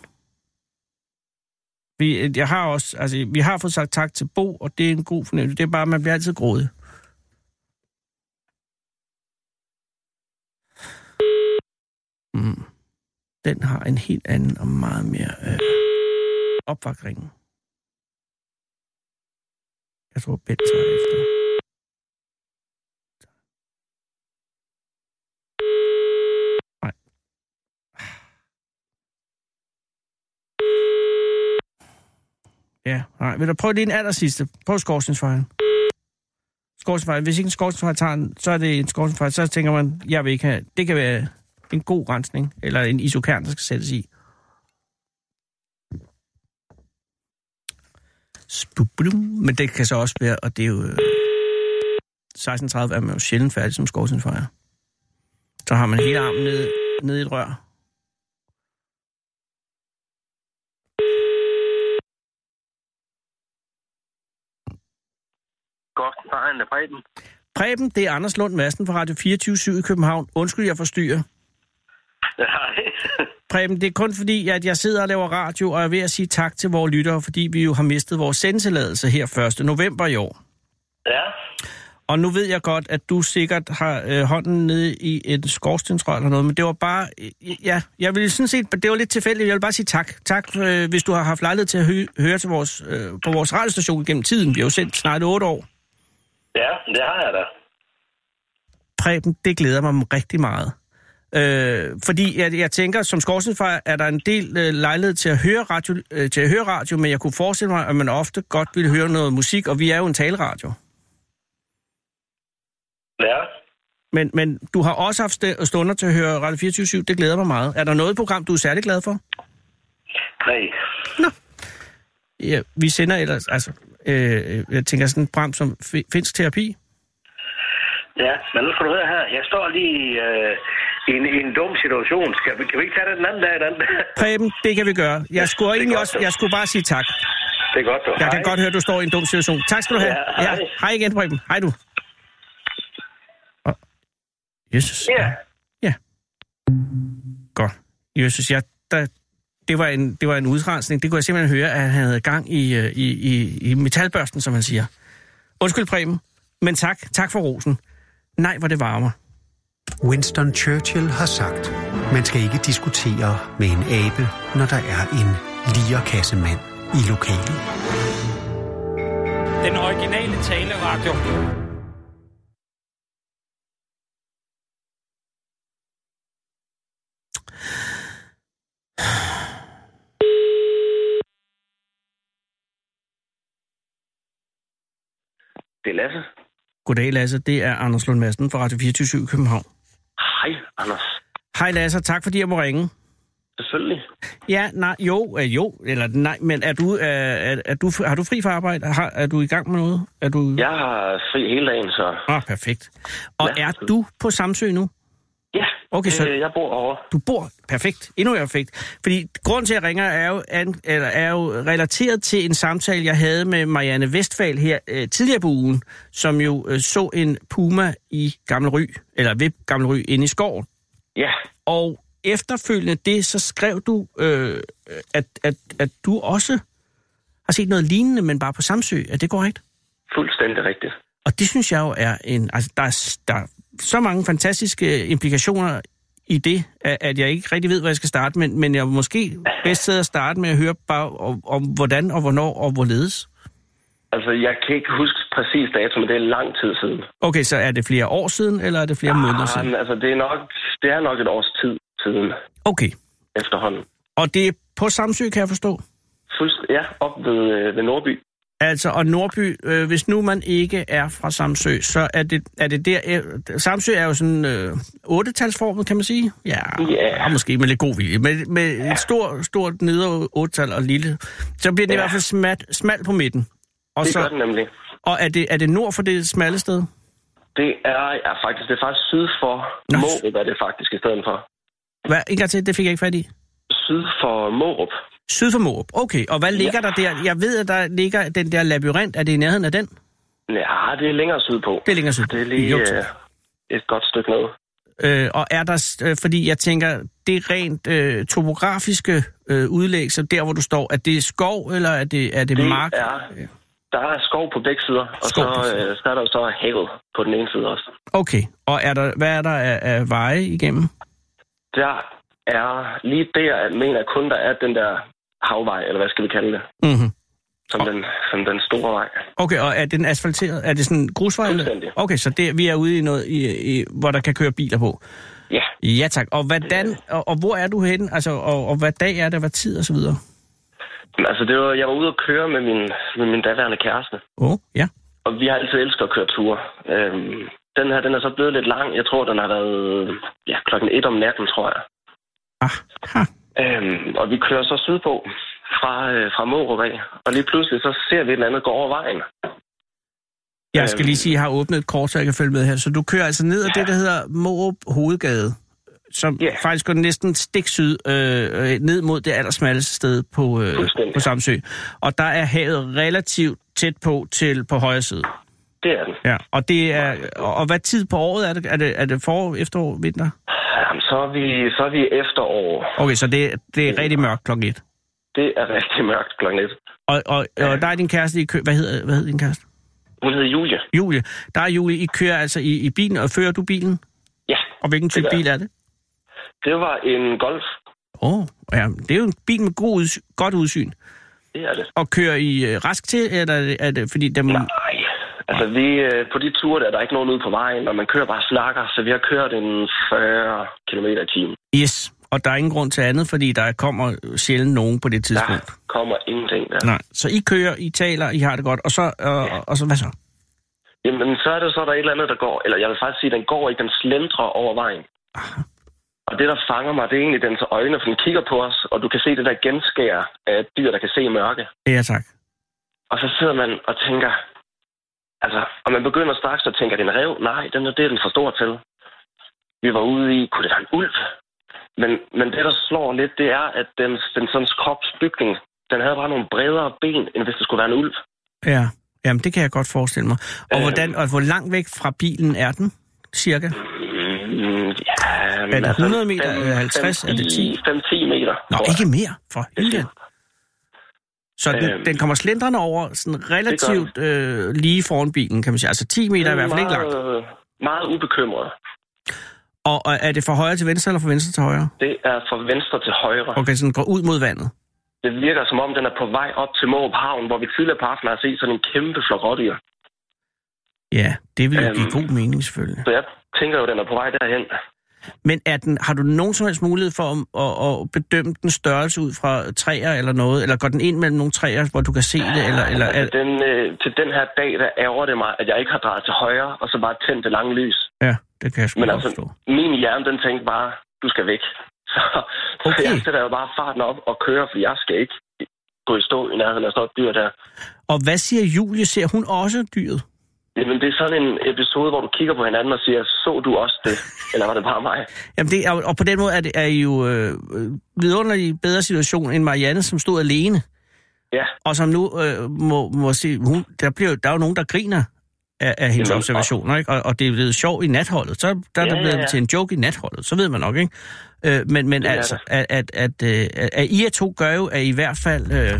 Vi, jeg har også, altså, vi har fået sagt tak til Bo, og det er en god fornemmelse. Det er bare, man bliver altid grådig. Mm. Den har en helt anden og meget mere øh, opvakring. Jeg tror, Bent tager efter. Nej. Ja, nej. Vil du prøve lige en aller sidste? Prøv skorstensfejren. Skorstensfejren. Hvis ikke en skorstensfejr tager den, så er det en skorstensfejr. Så tænker man, jeg vil ikke have... Det kan være en god rensning, eller en isokern, der skal sættes i. Spubudum. Men det kan så også være, og det er jo... seksten tredive er man jo sjældent færdig som skorstensfejr. Så har man hele armen nede, nede i et rør. Skorstensfejren er Preben. Preben, det er Anders Lund Madsen fra Radio fireogtyve syv i København. Undskyld, jeg forstyrrer. Nej. Preben, det er kun fordi, at jeg sidder og laver radio, og er ved at sige tak til vores lyttere, fordi vi jo har mistet vores sendetilladelse her første november i år. Ja. Og nu ved jeg godt, at du sikkert har øh, hånden nede i et skorstensrør eller noget, men det var bare... Øh, ja, jeg vil sådan set... Det var lidt tilfældigt. Jeg vil bare sige tak. Tak, øh, hvis du har haft lejlighed til at hø- høre til vores, øh, på vores radiostation gennem tiden. Vi har jo sendt snart otte år. Ja, det har jeg da. Preben, det glæder mig rigtig meget. Øh, fordi jeg, jeg tænker, som skorstensfejer er der en del øh, lejlighed til at høre radio, øh, til at høre radio, men jeg kunne forestille mig, at man ofte godt ville høre noget musik, og vi er jo en taleradio. Ja. Men, men du har også haft stunder til at høre Radio fireogtyve syv, det glæder mig meget. Er der noget program, du er særlig glad for? Nej. Nå. Ja, vi sender ellers, altså, Øh, jeg tænker sådan et program som fi- finsk terapi. Ja, men nu skal du høre her. Jeg står lige øh, i, en, i en dum situation. Skal vi, kan vi ikke tage det den anden dag? Den? Preben, det kan vi gøre. Jeg skulle egentlig godt, også, du. jeg skulle bare sige tak. Det er godt, du. Jeg Hej. kan godt høre, at du står i en dum situation. Tak skal du have. Ja, hej. Ja, hej igen, Preben. Hej du. Oh. Jesus. Ja. Ja. Godt. Jesus, jeg, der, det, var en, det var en udrensning. Det kunne jeg simpelthen høre, at han havde gang i, i, i, i metalbørsten, som han siger. Undskyld, Preben, men tak. Tak for rosen. Nej, hvor det varmer. Winston Churchill har sagt, man skal ikke diskutere med en abe, når der er en lierkassemand i lokalet. Den originale taleradio. Det er Lasse. Goddag, Lasse. Det er Anders Lund Madsen fra Radio fireogtyve syv i København. Hej, Anders. Hej, Lasse. Tak fordi jeg må ringe. Selvfølgelig. Ja, nej, jo, øh, jo, eller nej, men er du, øh, er, er du, har du fri for arbejde? Har, er du i gang med noget? Er du... Jeg har fri hele dagen, så... Ah, perfekt. Og Ja, er du på Samsø nu? Ja, Okay, så- øh, jeg bor over. Du bor perfekt. Endnu mere perfekt. Fordi grunden til, at jeg ringer, er jo, an, eller er jo relateret til en samtale, jeg havde med Marianne Westphal her øh, tidligere på ugen, som jo øh, så en puma i Gamle Ry, eller ved Gamle Ry inde i skoven. Ja, Og efterfølgende det, så skrev du, øh, at, at, at du også har set noget lignende, men bare på Samsø. Er det korrekt? fuldstændig rigtigt. Og det synes jeg jo er en... Altså, der er, der er så mange fantastiske implikationer i det, at at jeg ikke rigtig ved, hvor jeg skal starte, men, men jeg vil måske bedst sidde og starte med at høre bare om, om hvordan og hvornår og hvorledes. Altså, jeg kan ikke huske præcis dato, men det er lang tid siden. Okay, så er det flere år siden, eller er det flere måneder Ah, siden? men altså, det er, nok, det er nok et års tid siden Okay, efterhånden. og det er på Samsø, kan jeg forstå? Fuldst- ja, op ved, øh, ved Nordby. Altså, og Nordby, øh, hvis nu man ikke er fra Samsø, så er det, er det der... Øh, Samsø er jo sådan øh, otte-talsformet, kan man sige? Ja, Ja. og måske med lidt god vilje. Med, med ja. et stort, stort nedre otte-tal og lille. Så bliver det ja. i hvert fald smalt, smalt på midten. Og, Det så, gør den nemlig. og er, det, er det nord for det smalle sted? Det er, ja, faktisk, det er faktisk syd for Nå. Mårup, er det faktisk i stedet for. Hvad, en gang til, det fik jeg ikke fat i. Syd for Mårup. Syd for Mårup, okay. Og hvad ligger Ja. der der? Jeg ved, at der ligger den der labyrint. Er det i nærheden af den? Ja, det er længere sydpå. Det er længere sydpå. Det er lige Jo, øh, tak. et godt stykke ned. Øh, og er der, øh, fordi jeg tænker, det er rent øh, topografiske øh, udlæg, så der hvor du står, er det skov, eller er det, er det, Det mark? er, der er skov på begge sider, og Skov på så, sider. øh, så er der jo så havet på den ene side også. Okay, og er der, hvad er der af, af veje igennem? Der er lige der, at mener jeg kun, der er den der havvej, eller hvad skal vi kalde det, Mm-hmm. som, den, som den store vej. Okay, og er den asfalteret? Er det sådan en grusvej? eller? Fuldstændig. Okay, så det, vi er ude i noget, i, i, hvor der kan køre biler på. Ja, Ja tak, og, hvordan, og, og hvor er du henne? Altså, og, og hvad dag er det, hvad tid og så videre? men altså det var, jeg var ude at køre med min, med min daværende kæreste, Åh, oh, ja. og vi har altid elsket at køre ture. Øhm, den her, den er så blevet lidt lang. Jeg tror, den har været ja, klokken et om natten, tror jeg. Ah, ha. Øhm, og vi kører så sydpå fra, øh, fra Mårup af, og lige pludselig så ser vi et eller andet gå over vejen. Jeg skal Øhm. lige sige, at jeg har åbnet et kort, så jeg kan følge med her. Så du kører altså ned ad Ja. det, der hedder Mårup Hovedgade, som Ja. faktisk går næsten stik syd, øh, øh, ned mod det allersmalleste sted på, øh, Fuldstændig. på Samsø. Og der er havet relativt tæt på til på højre side. Det er den. Ja, og det er og, og hvad tid på året er det? Er det, er det forår, efterår, vinter? Jamen, så er vi, så er vi efterår. Okay, så det, det er rigtig mørkt klokken et. Det er rigtig mørkt klokken et. Og, og, og der er din kæreste i kø... Hvad hedder, hvad hedder din kæreste? Hun hedder Julie. Julie. Der er Julie, I kører altså i, i bilen, og fører du bilen? Ja, Og hvilken type Det gør bil er det? det var en Golf. Åh, oh, ja, det er jo en bil med god udsyn, godt udsyn. Det er det. Og kører I øh, rask til, eller er det, er det fordi dem... Nej, altså vi, øh, på de ture der er der ikke nogen ude på vejen, og man kører bare snakker, så vi har kørt en fyrre kilometer i timen. Yes, og der er ingen grund til andet, fordi der kommer sjældent nogen på det tidspunkt. Der kommer ingenting der. Nej, så I kører, I taler, I har det godt, og så, øh, ja. og så hvad så? Jamen, så er det så, der er et eller andet, der går, eller jeg vil faktisk sige, den går ikke, den slentrer over vejen. Aha. Og det, der fanger mig, det er egentlig dens øjne, for den kigger på os, og du kan se det der genskær af et dyr, der kan se i mørke. Ja, tak. Og så sidder man og tænker, altså, og man begynder straks at tænke, at det er en ræv? Nej, den er, det er den for stor til. Vi var ude i, kunne det være en ulv? Men, men det, der slår lidt, det er, at den, den sådan kropsbygning, den havde bare nogle bredere ben, end hvis det skulle være en ulv. Ja, jamen det kan jeg godt forestille mig. Og, øh, hvordan, og hvor langt væk fra bilen er den, cirka? Mm, ja, er det hundrede meter, fem, halvtreds, fem, er det ti? fem til ti meter. Nå, ikke mere, for helvede. Så den, øhm, den kommer slendrende over sådan relativt øh, lige foran bilen, kan man sige. Altså ti meter er i hvert fald ikke langt. Meget ubekymret. Og, og er det fra højre til venstre, eller fra venstre til højre? Det er fra venstre til højre. Okay, så den går ud mod vandet? Det virker som om, den er på vej op til Mårup Havn, hvor vi tidligere på aftenen har set sådan en kæmpe flok rådyr. Ja, det vil jo øhm, give god mening, selvfølgelig. Så jeg tænker jo, den er på vej derhen. Men er den, har du nogen som helst mulighed for at, at, at bedømme den størrelse ud fra træer eller noget? Eller går den ind mellem nogle træer, hvor du kan se det? Eller, eller, altså, den, øh, til den her dag, der ærger det mig, at jeg ikke har drejet til højre, og så bare tændt det lange lys. Ja, det kan jeg sgu Men godt altså, forstå. min hjerne, den tænkte bare, du skal væk. Så, okay. så jeg sætter jo bare farten op og kører, for jeg skal ikke gå i stå i nærheden af sådan et dyr der. Og hvad siger Julie? Ser hun også dyret? Jamen, det er sådan en episode, hvor du kigger på hinanden og siger, så du også det? Eller var det bare mig? Jamen, det er, og på den måde er det er I jo øh, vidunderlig bedre situation end Marianne, som stod alene. Ja. Og som nu øh, må, må se, hun, der, bliver, der er jo nogen, der griner af, af hendes observationer, ikke? Og, og det er blevet sjov i natholdet. Så der er ja, der blevet ja, ja. til en joke i natholdet, så ved man nok, ikke? Øh, men men altså, at, at, at, at, at I to gør jo, at I, i hvert fald øh,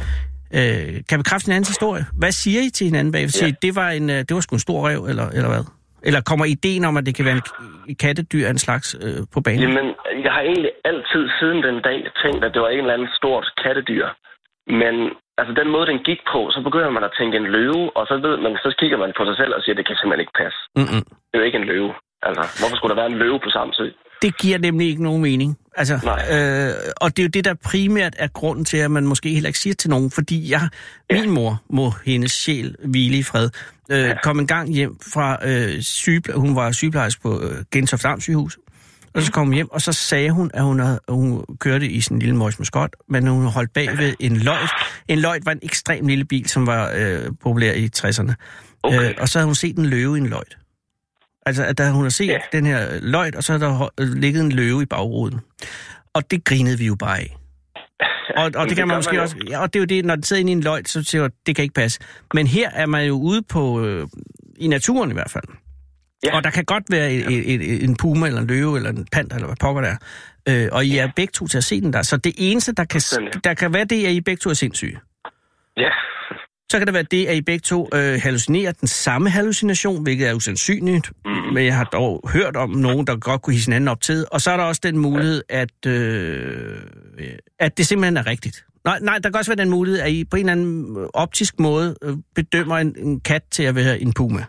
øh, kan bekræfte hinandens historie. Hvad siger I til hinanden bagefter? Ja. Det var en, det var sgu en stor ræv, eller, eller hvad? Eller kommer ideen om, at det kan være en kattedyr af en slags øh, på banen? Jamen, jeg har egentlig altid siden den dag tænkt, at det var en eller anden stort kattedyr. Men altså den måde, den gik på, så begynder man at tænke en løve, og så ved man, så kigger man på sig selv og siger, at det kan simpelthen ikke passe. Mm-mm. Det er jo ikke en løve. Altså, hvorfor skulle der være en løve på Samsø? Det giver nemlig ikke nogen mening. Altså, øh, og det er jo det, der primært er grunden til, at man måske heller ikke siger til nogen, fordi jeg, ja. min mor, må hendes sjæl hvile i fred, øh, ja. kom en gang hjem fra øh, sygeple- hun var sygeplejerske på øh, Gentofte Amtssygehus, og så kom hun hjem, og så sagde hun, at hun, havde, hun kørte i sådan en lille Morris Mascot, men hun holdt bagved en Lloyd. En Lloyd var en ekstrem lille bil, som var øh, populær i tresserne. Okay. Øh, og så havde hun set en løve i en Lloyd. Altså, at der hun har set yeah. den her Lloyd, og så har der ligget en løve i bagruden. Og det grinede vi jo bare af. Og, og det kan man måske også... Ja, og det er jo det, når det sidder inde i en Lloyd, så siger jeg, det kan ikke passe. Men her er man jo ude på... Øh, i naturen i hvert fald. Yeah. Og der kan godt være et, et, et, en puma, eller en løve, eller en panda, eller hvad pokker der er. Øh, og I er begge to til at se den der. Så det eneste, der kan, der kan være, det er, at I begge to er sindssyge. Ja. Yeah. Så kan det være det, at I begge to øh, hallucinerer den samme hallucination, hvilket er usandsynligt. Mm. Men jeg har dog hørt om nogen, der godt kunne hisse hinanden op til. Og så er der også den mulighed, at, øh, at det simpelthen er rigtigt. Nej, nej, der kan også være den mulighed, at I på en eller anden optisk måde øh, bedømmer en, en kat til at være en puma.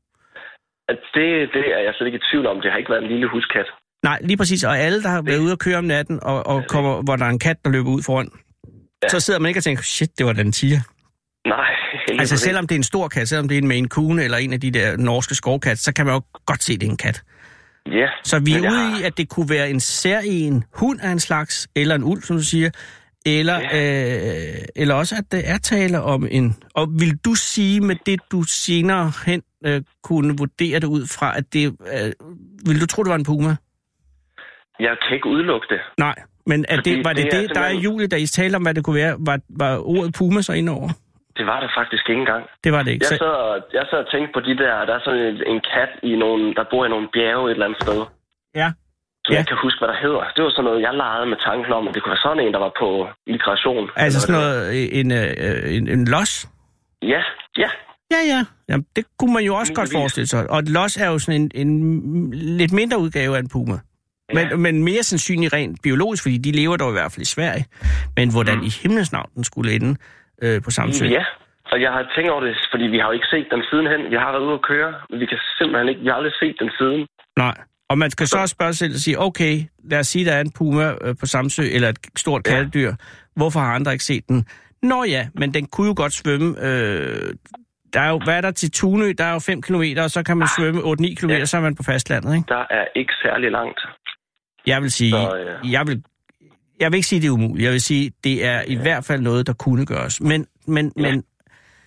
Det, det er jeg slet ikke i tvivl om. Det har ikke været en lille huskat. Nej, lige præcis. Og alle, der har været ude og køre om natten, og, og kommer, hvor der er en kat, der løber ud foran, ja. så sidder man ikke og tænker, shit, det var den tiger. Nej. Altså selvom det er en stor kat, selvom det er en Maine Coon eller en af de der norske skovkat, så kan man jo godt se, det er en kat. Ja. Så vi er ude har... i, at det kunne være en særlig hund af en slags, eller en ulv, som du siger, eller, ja. øh, eller også, at det er tale om en... Og vil du sige med det, du senere hen øh, kunne vurdere det ud fra, at det... Øh, vil du tro, det var en puma? Jeg kan ikke udelukke det. Nej, men er det, var det det, det simpelthen... der er Julie, der I talte om, hvad det kunne være? Var, var ordet puma så indover? Det var der faktisk ikke engang. Det var det ikke. Jeg sad, jeg sad og tænkte på de der, der er sådan en, en kat, i nogle, der bor i nogle bjerge et eller andet sted. Ja. Så ja. jeg kan huske, hvad der hedder. Det var sådan noget, jeg legede med tanken om, at det kunne være sådan en, der var på migration. Altså sådan noget, en, en, en los? Ja, ja. Ja, ja. Jamen, det kunne man jo også godt forestille sig. Og et los er jo sådan en, en lidt mindre udgave af en puma. Ja. Men, men mere sandsynligt rent biologisk, fordi de lever dog i hvert fald i Sverige. Men hvordan mm. i himlens navn den skulle ende øh, på Samsø? Ja, og jeg har tænkt over det, fordi vi har jo ikke set den sidenhen. Vi har været ude at køre, men vi kan simpelthen ikke, vi har aldrig set den siden. Nej, og man skal så også spørge sig selv og sige, okay, lad os sige, der er en puma øh, på Samsø, eller et stort kattedyr. Ja. Hvorfor har andre ikke set den? Nå ja, men den kunne jo godt svømme. Øh, der er jo, hvad er der til Tunø? Der er jo fem kilometer, og så kan man ah. svømme otte ni kilometer, ja. Så er man på fastlandet, ikke? Der er ikke særlig langt. Jeg vil sige, så, ja. jeg vil Jeg vil ikke sige, det er umuligt. Jeg vil sige, det er i hvert fald noget, der kunne gøres. Men, men, ja. men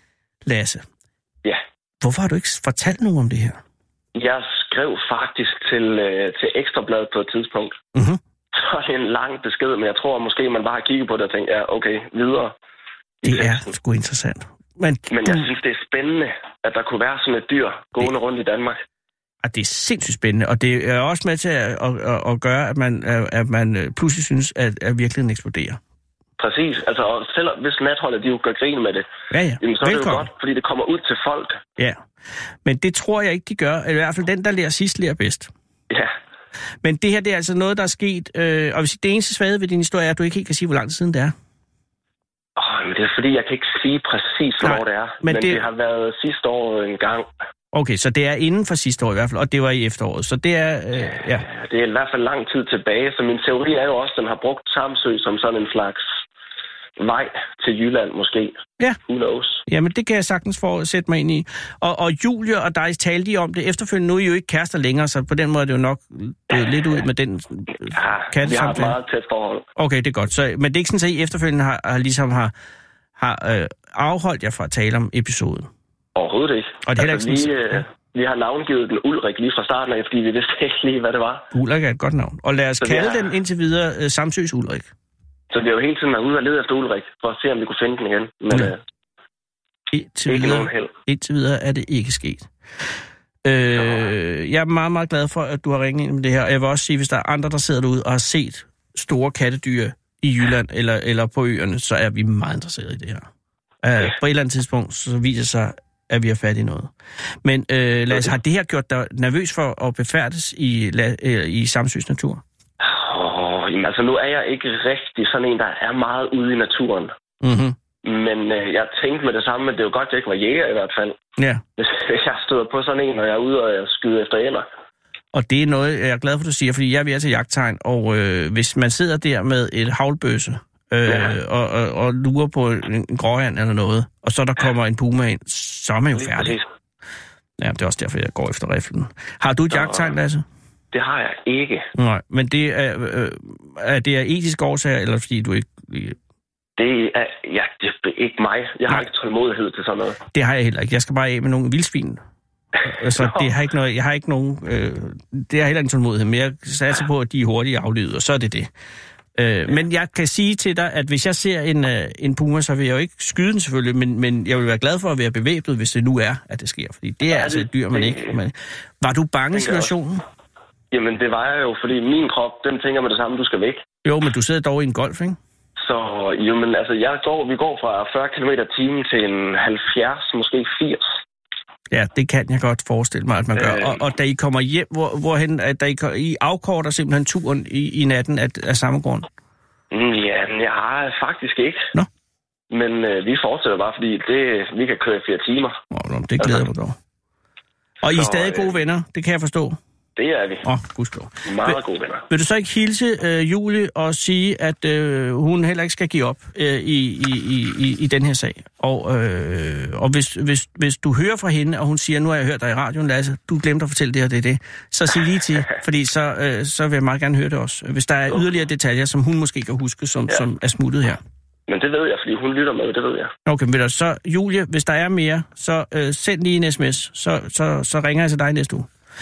Lasse. Ja. Hvorfor har du ikke fortalt nogen om det her? Jeg skrev faktisk til, øh, til Ekstrabladet på et tidspunkt. Mhm. Så er en lang besked, men jeg tror måske, man bare har kigget på det og tænkt, ja, okay, videre. Det er sgu interessant. Men, men jeg synes, det er spændende, at der kunne være sådan et dyr gående det... rundt i Danmark. Og det er sindssygt spændende, og det er også med til at, at, at, at gøre, at man, at man pludselig synes, at, at virkeligheden eksploderer. Præcis. Altså, og selv hvis natholdet, de jo gør grin med det, ja, ja. Jamen, så er Velkommen. Det jo godt, fordi det kommer ud til folk. Ja, men det tror jeg ikke, de gør. I hvert fald den, der lærer sidst, lærer bedst. Ja. Men det her, det er altså noget, der er sket, øh, og hvis det eneste svage ved din historie er, at du ikke helt kan sige, hvor lang tid siden det er. Åh, men det er fordi, jeg kan ikke sige præcis, hvor det er. Men, men det... det har været sidste år en gang. Okay, så det er inden for sidste år i hvert fald, og det var i efteråret. Så det er, øh, ja. Det er i hvert fald lang tid tilbage, så min teori er jo også, at den har brugt Samsø som sådan en slags vej til Jylland måske. Ja. Who knows? Jamen, det kan jeg sagtens sætte mig ind i. Og, og Julie og dig talte I om det efterfølgende. Nu er I jo ikke kærester længere, så på den måde er det jo nok gået lidt ud med den ja, kattesamtale. Vi har et meget tæt forhold. Okay, det er godt. Så, men det er ikke sådan, at I efterfølgende har, har, ligesom har, har øh, afholdt jer fra at tale om episoden? Overhovedet ikke. Og det er altså, ikke vi, øh, vi har navngivet den Ulrik lige fra starten af, fordi vi vidste ikke lige, hvad det var. Ulrik er et godt navn. Og lad os så kalde har... den indtil videre øh, Samsøs Ulrik. Så vi har jo hele tiden været ude og lede efter Ulrik, for at se, om vi kunne finde den igen. Men ja. øh, indtil, videre, indtil videre er det ikke sket. Øh, jeg er meget, meget glad for, at du har ringet ind med det her. Og jeg vil også sige, hvis der er andre, der sidder derude og har set store kattedyr i Jylland eller, eller på øerne, så er vi meget interesserede i det her. Uh, på et eller andet tidspunkt, så viser det sig, at vi har fat i noget. Men uh, Lasse, har det her gjort dig nervøs for at befærdes i, i Samsøs natur? Oh, jamen, altså, nu er jeg ikke rigtig sådan en, der er meget ude i naturen. Mm-hmm. Men uh, jeg tænkte med det samme, men det er jo godt, at jeg ikke var jæger i hvert fald. Ja. Hvis, hvis jeg støder på sådan en, når jeg er ude og skyder efter ænder. Og det er noget, jeg er glad for, at du siger, fordi jeg er ved at tage jagttegn, og øh, hvis man sidder der med et haglbøsse, øh, ja. og, og, og lurer på en, en gråand eller noget, og så der kommer en puma ind, så er man jo færdig. Ja, det er også derfor, jeg går efter riflen. Har du et jagttegn, Lasse? Det har jeg ikke. Nej, men det er, øh, er det af etiske årsager, eller fordi du ikke... Det er, ja, det er ikke mig. Jeg har Nej. ikke tålmodighed til sådan noget. Det har jeg heller ikke. Jeg skal bare af med nogle vildsvin. Så det har ikke noget, jeg har ikke nogen... Øh, det har heller ikke tålmodighed, men jeg satser på, at de er hurtigt aflivet, og så er det det. Øh, men jeg kan sige til dig, at hvis jeg ser en, uh, en puma, så vil jeg jo ikke skyde den selvfølgelig, men, men jeg vil være glad for at være bevæbnet, hvis det nu er, at det sker. Fordi det er ja, altså et dyr, man det, ikke... Man... Var du bange i situationen? Jamen, det var jeg jo, fordi min krop, den tænker med det samme, du skal væk. Jo, men du sidder dog i en Golf, ikke? Så, jo, men altså, jeg går, vi går fra fyrre kilometer i timen til en halvfjerds, måske firs. Ja, det kan jeg godt forestille mig, at man gør. Øh... Og, og da I kommer hjem, hvor, hvorhen, da I, I afkorter simpelthen turen i, i natten af, af samme grund? Ja, jeg har faktisk ikke. Nå? Men øh, vi fortsætter bare, fordi det, vi kan køre flere timer. Åh, det glæder altså. mig dog. Og I er stadig gode øh, venner, det kan jeg forstå. Det er vi. Åh, oh, gudskelov. Meget vil, gode venner. Vil du så ikke hilse øh, Julie og sige, at øh, hun heller ikke skal give op øh, i, i, i, i den her sag? Og, øh, og hvis, hvis, hvis du hører fra hende, og hun siger, nu har jeg hørt dig i radioen, Lasse, du glemte at fortælle det og det er det, så sig lige til, fordi så, øh, så vil jeg meget gerne høre det også. Hvis der er yderligere detaljer, som hun måske kan huske, som, ja. som er smuttet her. Men det ved jeg, fordi hun lytter med, det ved jeg. Okay, men så Julie, hvis der er mere, så øh, send lige en sms, så, så, så ringer jeg til dig næste uge.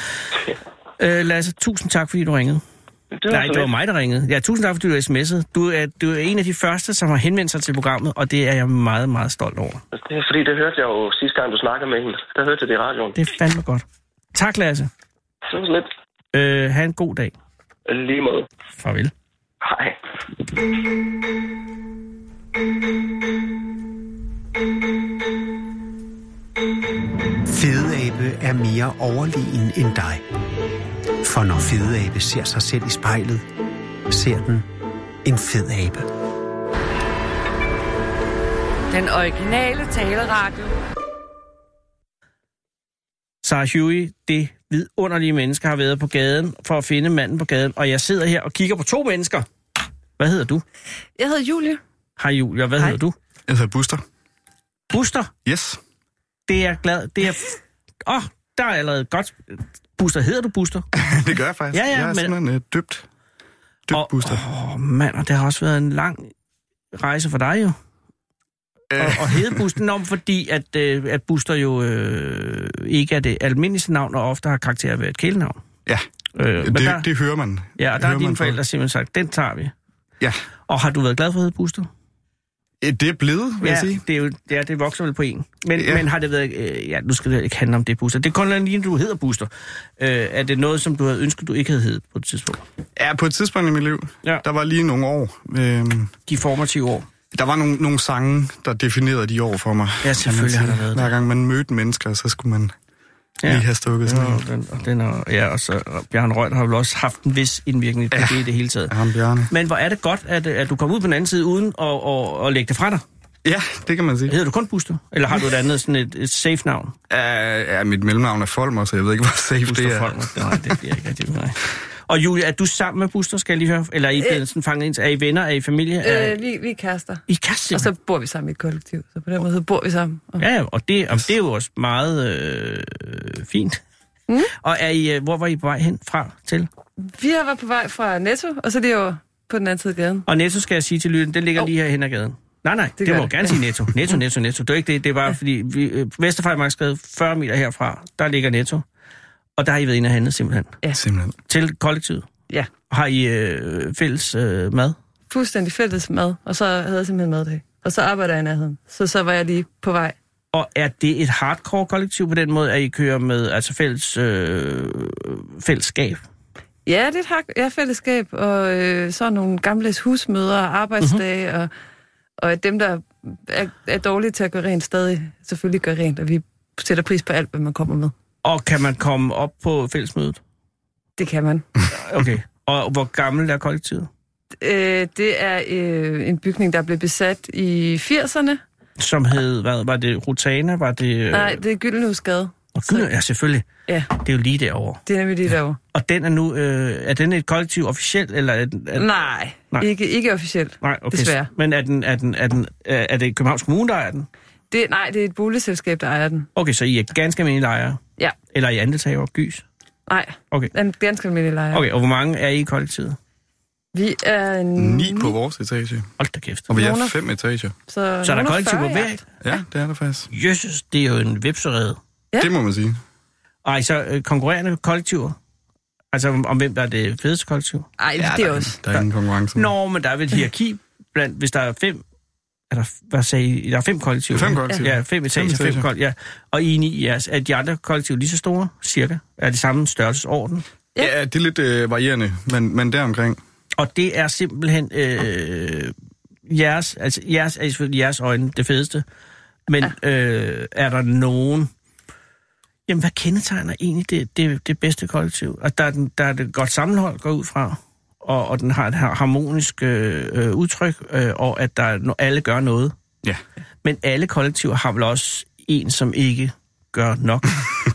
Øh, Lasse, tusind tak, fordi du ringede. Det Nej, det var mig, der ringede. Ja, tusind tak, fordi du sms'ede. Du er, du er en af de første, som har henvendt sig til programmet, og det er jeg meget, meget stolt over. Det er fordi, det hørte jeg jo sidste gang, du snakkede med hende. Der hørte jeg det i radioen. Det er fandme godt. Tak, Lasse. Så lidt. Øh, ha' en god dag. Lige måde. Farvel. Hej. Fedeabe er mere overlegen end dig. For når fedeabe ser sig selv i spejlet, ser den en fed abe. Den originale taleradio. Sarah Huey, det vidunderlige menneske, har været på gaden for at finde manden på gaden. Og jeg sidder her og kigger på to mennesker. Hvad hedder du? Jeg hedder Julie. Hej Julie, hvad Hej. hedder du? Jeg hedder Buster. Buster? Yes. Det er jeg glad. Det er... Åh, oh, der er allerede godt... Buster, hedder du Buster? Det gør jeg faktisk. Ja, ja, jeg er men... simpelthen uh, døbt. Døbt og, Buster. Åh, mand, og det har også været en lang rejse for dig jo. Og, og hedde Buster, nå, fordi at, øh, at Buster jo øh, ikke er det almindeligste navn, og ofte har karakter af at være et kælenavn. Ja, øh, det, der, det hører man. Ja, og der hører har dine forældre simpelthen sagt, den tager vi. Ja. Og har du været glad for at hedde Buster? Det er blevet, vil ja, jeg sige. Det er jo, ja, det vokser vel på en. Men, ja. men har det været... Øh, ja, nu skal det ikke handle om det, Buster. Det er kun lige, du hedder Buster. Øh, er det noget, som du havde ønsket, du ikke havde heddet på et tidspunkt? Ja, på et tidspunkt i mit liv. Ja. Der var lige nogle år. Øh, de formative år. Der var nogle, nogle sange, der definerede de år for mig. Ja, selvfølgelig har der været det. Hver gang man mødte mennesker, så skulle man ja. lige have stukket sådan ja, den, og den er, ja, og så og Bjarne Rødt har vel også haft en vis indvirkning på ja. det i det hele taget. Ja, Bjarne. Men hvor er det godt, at, at du kom ud på den anden side uden at, at, at lægge det fra dig? Ja, det kan man sige. Hedder du kun Buster? Eller har du et andet, sådan et, et safe-navn? Ja, ja, mit mellemnavn er Folmer, så jeg ved ikke, hvor safe Buster det er. Folmer, nej, det bliver ikke rigtig nej. Og Julie, er du sammen med Buster, skal jeg lige høre? Eller er I blevet sådan fanget ind? Er I venner? Er I familie? Er... Øh, vi, vi er kærester. I er kærester? Og så bor vi sammen i et kollektiv. Så på den måde bor vi sammen. Og... Ja, og det, og det er jo også meget øh, fint. Mm. Og er I, hvor var I på vej hen fra til? Vi har været på vej fra Netto, og så lige over på den anden side af gaden. Og Netto, skal jeg sige til lyden, det ligger oh. lige her hen ad gaden. Nej, nej, det, det må jeg gerne sige Netto. Netto, Netto, Netto. Det er ikke det, det er bare ja. fordi, vi, Vesterfejlmarksgade, fyrre meter herfra, der ligger Netto. Og der har I været inde og handle simpelthen. Ja. Simpelthen. Til kollektivet. Ja. Har I øh, fælles øh, mad? Fuldstændig fælles mad, og så havde jeg simpelthen maddag. Og så arbejder jeg i nærheden. Så så var jeg lige på vej. Og er det et hardcore kollektiv på den måde, at I kører med altså fælles øh, fællesskab? Ja, det er et hak- ja, fællesskab, og øh, så nogle gamle husmøder og arbejdsdage, uh-huh. og, og dem, der er, er dårlige til at gøre rent, stadig selvfølgelig gør rent, og vi sætter pris på alt, hvad man kommer med. Og kan man komme op på fællesmødet? Det kan man. Okay. Og hvor gammel er kollektivet? Øh, det er øh, en bygning, der blev besat i firserne. Som hed, hvad, var det Rutana? Var det, øh... Nej, det er Gyldenhusgade. Og Gylden, ja, selvfølgelig. Ja. Det er jo lige derovre. Det er nemlig lige derovre. Og den er nu, øh, er den et kollektiv officielt, eller er den... Er... Nej, Nej. Ikke, ikke officielt, Nej, okay. Desværre. Men er, den, er, den, er, den, er det Københavns Kommune, der ejer den? Det, nej, det er et boligselskab, der ejer den. Okay, så I er ganske almindelige lejere? Ja. Eller I andelshaver? Gys? Nej, okay. En ganske almindelig lejre. Okay, og hvor mange er I i kollektivet? Vi er en... Ni på vores etage. Hold da kæft. Og vi er fem etager. Så, så er der kollektiv på hver? Ja, det er der faktisk. Jøsses, det er jo en vipserede. Ja. Det må man sige. Og er I så øh, konkurrerende kollektiver? Altså om, om hvem der er det fedeste kollektiv? Ej, ja, det er der, også. Der er ingen konkurrence. Nå, men der er vel et hierarki blandt, hvis der er fem... Er der, hvad sagde I? Der er fem kollektiver. Fem kollektiver. Ja, fem etager, fem, fem kollektiver. Ja. Og I er ni, ja. Er de andre kollektiver lige så store, cirka? Er det samme størrelsesorden? Ja, ja det er lidt øh, varierende, men, men deromkring. Og det er simpelthen øh, jeres, altså jeres, er selvfølgelig jeres øjne det fedeste. Men ja. øh, er der nogen... Jamen, hvad kendetegner egentlig det, det, det bedste kollektiv? At der er, den, der er det godt sammenhold, går ud fra, og, og den har et harmonisk øh, udtryk, øh, og at der alle gør noget. Ja. Men alle kollektiver har vel også en, som ikke gør nok.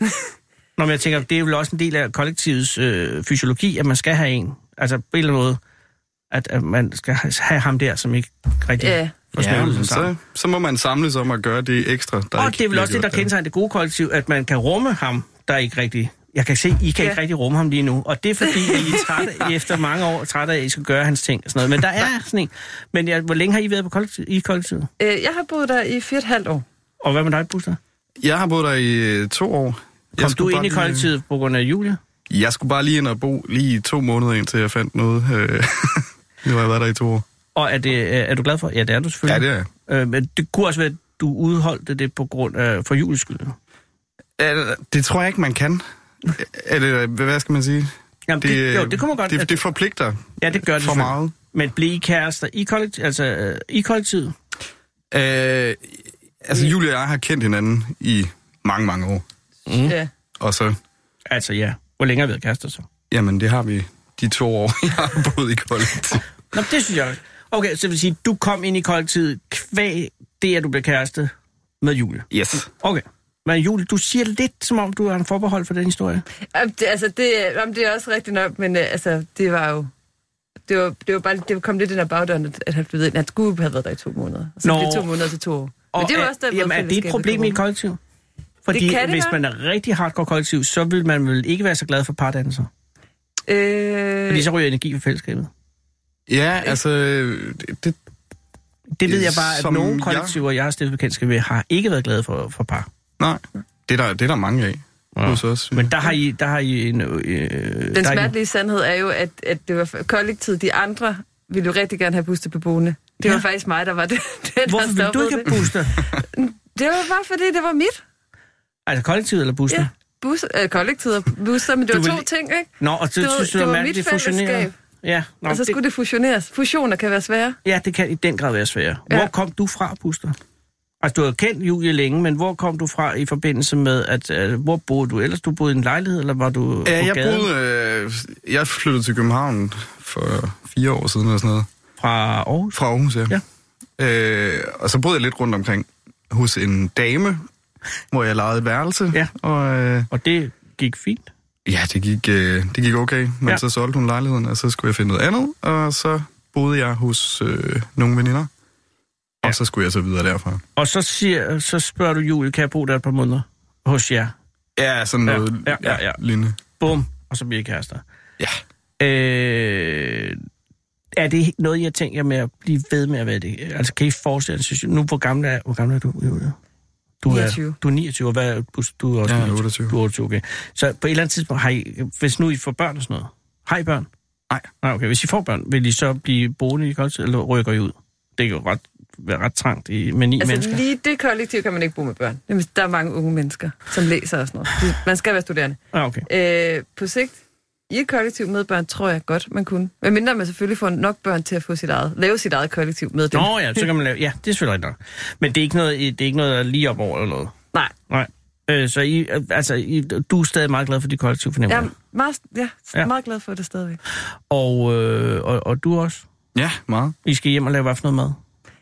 Nå, men jeg tænker, det er vel også en del af kollektivets øh, fysiologi, at man skal have en. Altså på en eller anden måde, at, at man skal have ham der, som ikke rigtig ja. får snøvlet ja, sammen. Så, så må man samles om at gøre det ekstra, der og ikke det er vel også det, der kendetegner det gode kollektiv, at man kan rumme ham, der ikke rigtig... Jeg kan se, I kan ja. ikke rigtig rumme ham lige nu, og det er fordi, at I er trætte, efter mange år trætte af, at I skal gøre hans ting og sådan noget. Men der er sådan en... Men ja, hvor længe har I været på kollektiv, i kollektivet? Øh, jeg har boet der i fire og et halvt år. Og hvad med dig, Buster? Jeg har boet der i to år. Kom du ind i kollektivet lige... på grund af Julie? Jeg skulle bare lige ind og bo lige i to måneder, indtil jeg fandt noget. Nu har jeg været der i to år. Og er, det, er du glad for? Ja, det er du selvfølgelig. Ja, det er jeg. Øh, men det kunne også være, at du udholdte det på grund af for Julies skyld. Ja, det tror jeg ikke, man kan. Eller, hvad skal man sige? Jamen, det, det, jo, det kunne man godt. Det, det forpligter ja, det gør det for meget. Men blev I kærester i kollektivet? Altså, øh, i kollektivet? Øh, altså, Julie og jeg har kendt hinanden i mange, mange år. Mm. Ja. Og så... Altså, ja. Hvor længe har vi været kærester så? Jamen, det har vi de to år, jeg har boet i kollektivet. Nå, det synes jeg. Okay, så vil sige, du kom ind i kollektivet kvæg det, at du blev kæreste med Julie? Yes. Okay. Men Julie, du siger lidt, som om du har en forbehold for den historie. Jamen, det, altså, det, jamen, det er også rigtigt nok, men altså, det var jo... Det var, det var bare, det kom lidt ind ad bagdøren, at, at han blev ved, at Gud havde været der i to måneder. Og så blev det to måneder til to år. Og men det var er, også der, jamen, er det et problem i et kollektiv? Fordi det det hvis være. man er rigtig hardcore kollektiv, så vil man vel ikke være så glad for pardannelser? Øh... Fordi så ryger energi for fællesskabet. Ja, altså... Det, Det ved jeg bare, at Som nogle kollektiver, jeg, jeg har stiftet bekendtskab med, har ikke været glade for, for par. Nej, det er der, det er der mange af. Ja. Også, men der har I, der har I en... Øh, Den smertelige sandhed er jo, at, at det var kollektivet. De andre ville jo rigtig gerne have Buster beboende. Det ja. var faktisk mig, der var det. det Hvorfor ville du ikke have Buster? Det var bare fordi, det var mit. Altså kollektivet eller Buster? Ja, bus, øh, kollektivet og Buster, men det du var to vil... ting, ikke? Nå, og det, det, synes du, det var, var mit mit fællesskab. Ja, nå, og så skulle det... det fusioneres. Fusioner kan være svære. Ja, det kan i den grad være svære. Hvor ja. kom du fra, Buster? Altså, du har kendt Julie længe, men hvor kom du fra i forbindelse med, at... Uh, hvor boede du? Ellers du boede i en lejlighed, eller var du ja, på jeg gaden? boede... Øh, jeg flyttede til København for fire år siden, eller sådan noget. Fra Aarhus? Fra Aarhus, ja. ja. Øh, og så boede jeg lidt rundt omkring hos en dame, hvor jeg lejede et værelse. Ja, og, øh, og det gik fint? Ja, det gik, øh, det gik okay, men ja. så solgte hun lejligheden, og så skulle jeg finde noget andet, og så boede jeg hos øh, nogle veninder, og ja. så skulle jeg så videre derfra. Og så, siger, så spørger du Julie, kan jeg bo der et par måneder hos jer? Ja, sådan noget ja, ja, ja, ja. lignende. Bum, og så bliver I kærester. Ja. Øh, er det noget, jeg tænker med at blive ved med at være det? Altså, kan I forestille jer, nu hvor gammel er, hvor gammel er du, Julie? Du er niogtyve. Du er niogtyve, og hvad, du er også ja, niogtyve. otteogtyve. Du er otteogtyve, okay. Så på et eller andet tidspunkt, har I, hvis nu I får børn og sådan noget, har I børn? Nej. Nej, okay. Hvis I får børn, vil I så blive boende i kollektiv, eller rykker I ud? Det kan jo ret, være ret trangt i, med ni altså, mennesker. Altså lige det kollektiv kan man ikke bo med børn. Der er mange unge mennesker, som læser og sådan noget. Man skal være studerende. Ah, okay. Øh, på sigt, i et kollektiv med børn, tror jeg godt, man kunne. Men mindre man selvfølgelig får nok børn til at få sit eget, lave sit eget kollektiv med dem. Nå ja, så kan man lave, ja, det er selvfølgelig nok. Men det er ikke noget, det er ikke noget lige op over eller noget? Nej. Nej. Øh, så I, altså, I, du er stadig meget glad for dit kollektiv, fornemmer jeg? Ja, meget, ja, ja, meget glad for det stadigvæk. Og, øh, og, og du også? Ja, meget. I skal hjem og lave hvad for noget mad?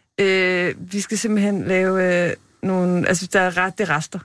Øh, vi skal simpelthen lave øh, nogle... Altså, der er ret, det rester.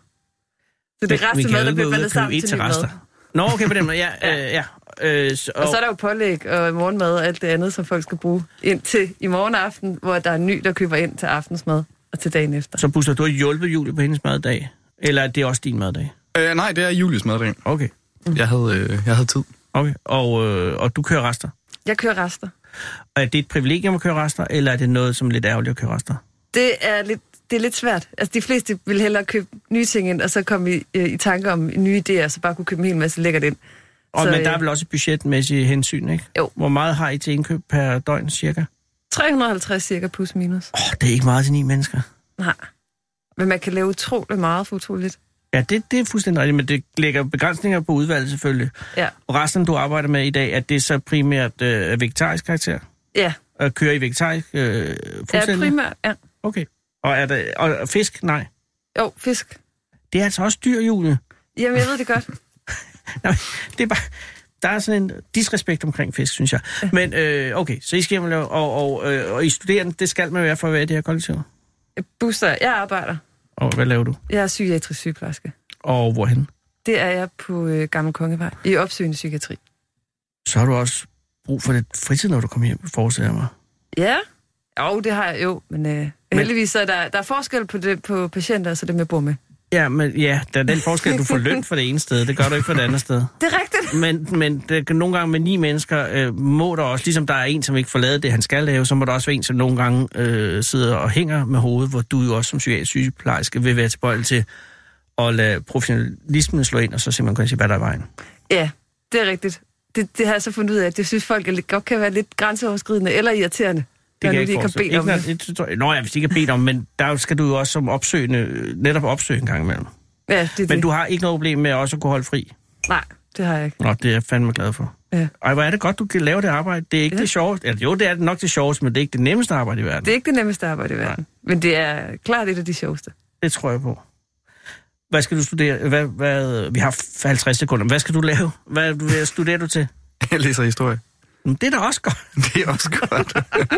Så det er rester mad, der bliver blandet sammen til, til mad. Nå, okay, på den måde, ja. ja. Øh, ja. Øh, så, og... og så er der jo pålæg og morgenmad og alt det andet, som folk skal bruge ind til i morgen aften, hvor der er en ny, der køber ind til aftensmad og til dagen efter. Så Buster, du har hjulpet Julie på hendes maddag? Eller er det også din maddag? Øh, nej, det er Julies maddag. Okay. Mm. Jeg, havde, øh, jeg havde tid. Okay, og, øh, og du kører rester? Jeg kører rester. Og er det et privilegium at køre rester, eller er det noget, som er lidt ærgerligt at køre rester? Det er lidt, det er lidt svært. Altså, de fleste vil hellere købe nye ting ind, og så komme i, i tanker om nye idéer, så bare kunne købe en hel masse lækkert ind. Og så, men der er vel også et budgetmæssigt hensyn, ikke? Jo. Hvor meget har I til indkøb per døgn, cirka? tre hundrede og halvtreds cirka, plus minus. Åh, oh, det er ikke meget til ni mennesker. Nej. Men man kan lave utroligt meget for utroligt. Ja, det, det er fuldstændig rigtigt, men det lægger begrænsninger på udvalget selvfølgelig. Ja. Og resten, du arbejder med i dag, er det så primært øh, vegetarisk karakter? Ja. Og kører I vegetarisk øh, fuldstændig? Ja, primært, ja. Okay. Og er der og fisk? Nej. Jo, fisk. Det er altså også dyr, Julie. Jamen, jeg ved det godt. Nej, det er bare... Der er sådan en disrespekt omkring fisk, synes jeg. Ja. Men øh, okay, så I skal hjem og lave... Og, og, øh, og I studerende, det skal man være for at være i det her kollektiv? Buster, jeg arbejder. Og hvad laver du? Jeg er psykiatrisk sygeplejerske. Og hvorhen? Det er jeg på øh, Gammel Kongevej, i opsøgende psykiatri. Så har du også brug for lidt fritid, når du kommer hjem, forestiller mig. Ja, jo, det har jeg jo, men, øh, men heldigvis så er der, der er forskel på, det, på patienter, og så dem, jeg bor med. Ja, men ja, der er den forskel, du får løn for det ene sted, det gør du ikke for det andet sted. Det er rigtigt. Men, men det, nogle gange med ni mennesker øh, må der også, ligesom der er en, som ikke får lavet det, han skal lave, så må der også være en, som nogle gange øh, sidder og hænger med hovedet, hvor du jo også som psykiatrisk sygeplejerske vil være tilbøjelig til at lade professionalismen slå ind, og så simpelthen kan sige, hvad der er vejen. Ja, det er rigtigt. Det, det har jeg så fundet ud af, at det synes folk er lidt, godt kan være lidt grænseoverskridende eller irriterende. Det kan når jeg de ikke har bedt om det. det. Nå ja, hvis de ikke har bedt om, men der skal du jo også som opsøgende, netop opsøge en gang imellem. Ja, det er Men det. du har ikke noget problem med også at kunne holde fri? Nej, det har jeg ikke. Nå, det er jeg fandme glad for. Ja. Ej, hvor er det godt, du kan lave det arbejde. Det er ikke ja. det sjoveste. Ja, jo, det er nok det sjoveste, men det er ikke det nemmeste arbejde i verden. Det er ikke det nemmeste arbejde i verden. Nej. Men det er klart et af de sjoveste. Det tror jeg på. Hvad skal du studere? Hvad, hvad, vi har halvtreds sekunder. Hvad skal du lave? Hvad, hvad studerer du til? Jeg læser historie. Men det er da også godt. Det er også godt.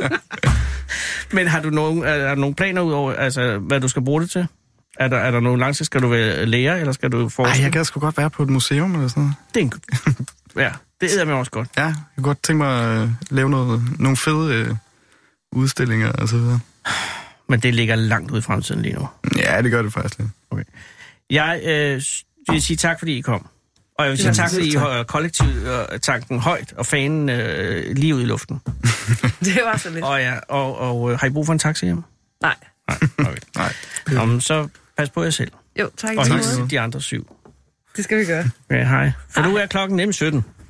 Men har du nogen, er der nogle planer ud over, altså, hvad du skal bruge det til? Er der, er der nogen langtid? Skal du være lærer, eller skal du forske? Ej, jeg kan sgu godt være på et museum eller sådan noget. Det er en... Ja, det er mig også godt. Ja, jeg kan godt tænke mig at lave noget, nogle fede øh, udstillinger og så videre. Men det ligger langt ud i fremtiden lige nu. Ja, det gør det faktisk lidt. Okay. Jeg øh, vil sige tak, fordi I kom. Og jeg vil sige tak, fordi I holder kollektivtanken højt og fanen øh, lige ud i luften. Det var så lidt. Og, ja, og, og øh, har I brug for en taxi hjem? Nej. Nej, okay. Nej. Nå, så pas på jer selv. Jo, tak. Og hils de andre syv. Det skal vi gøre. Ja, hej. For nu er klokken nemlig sytten.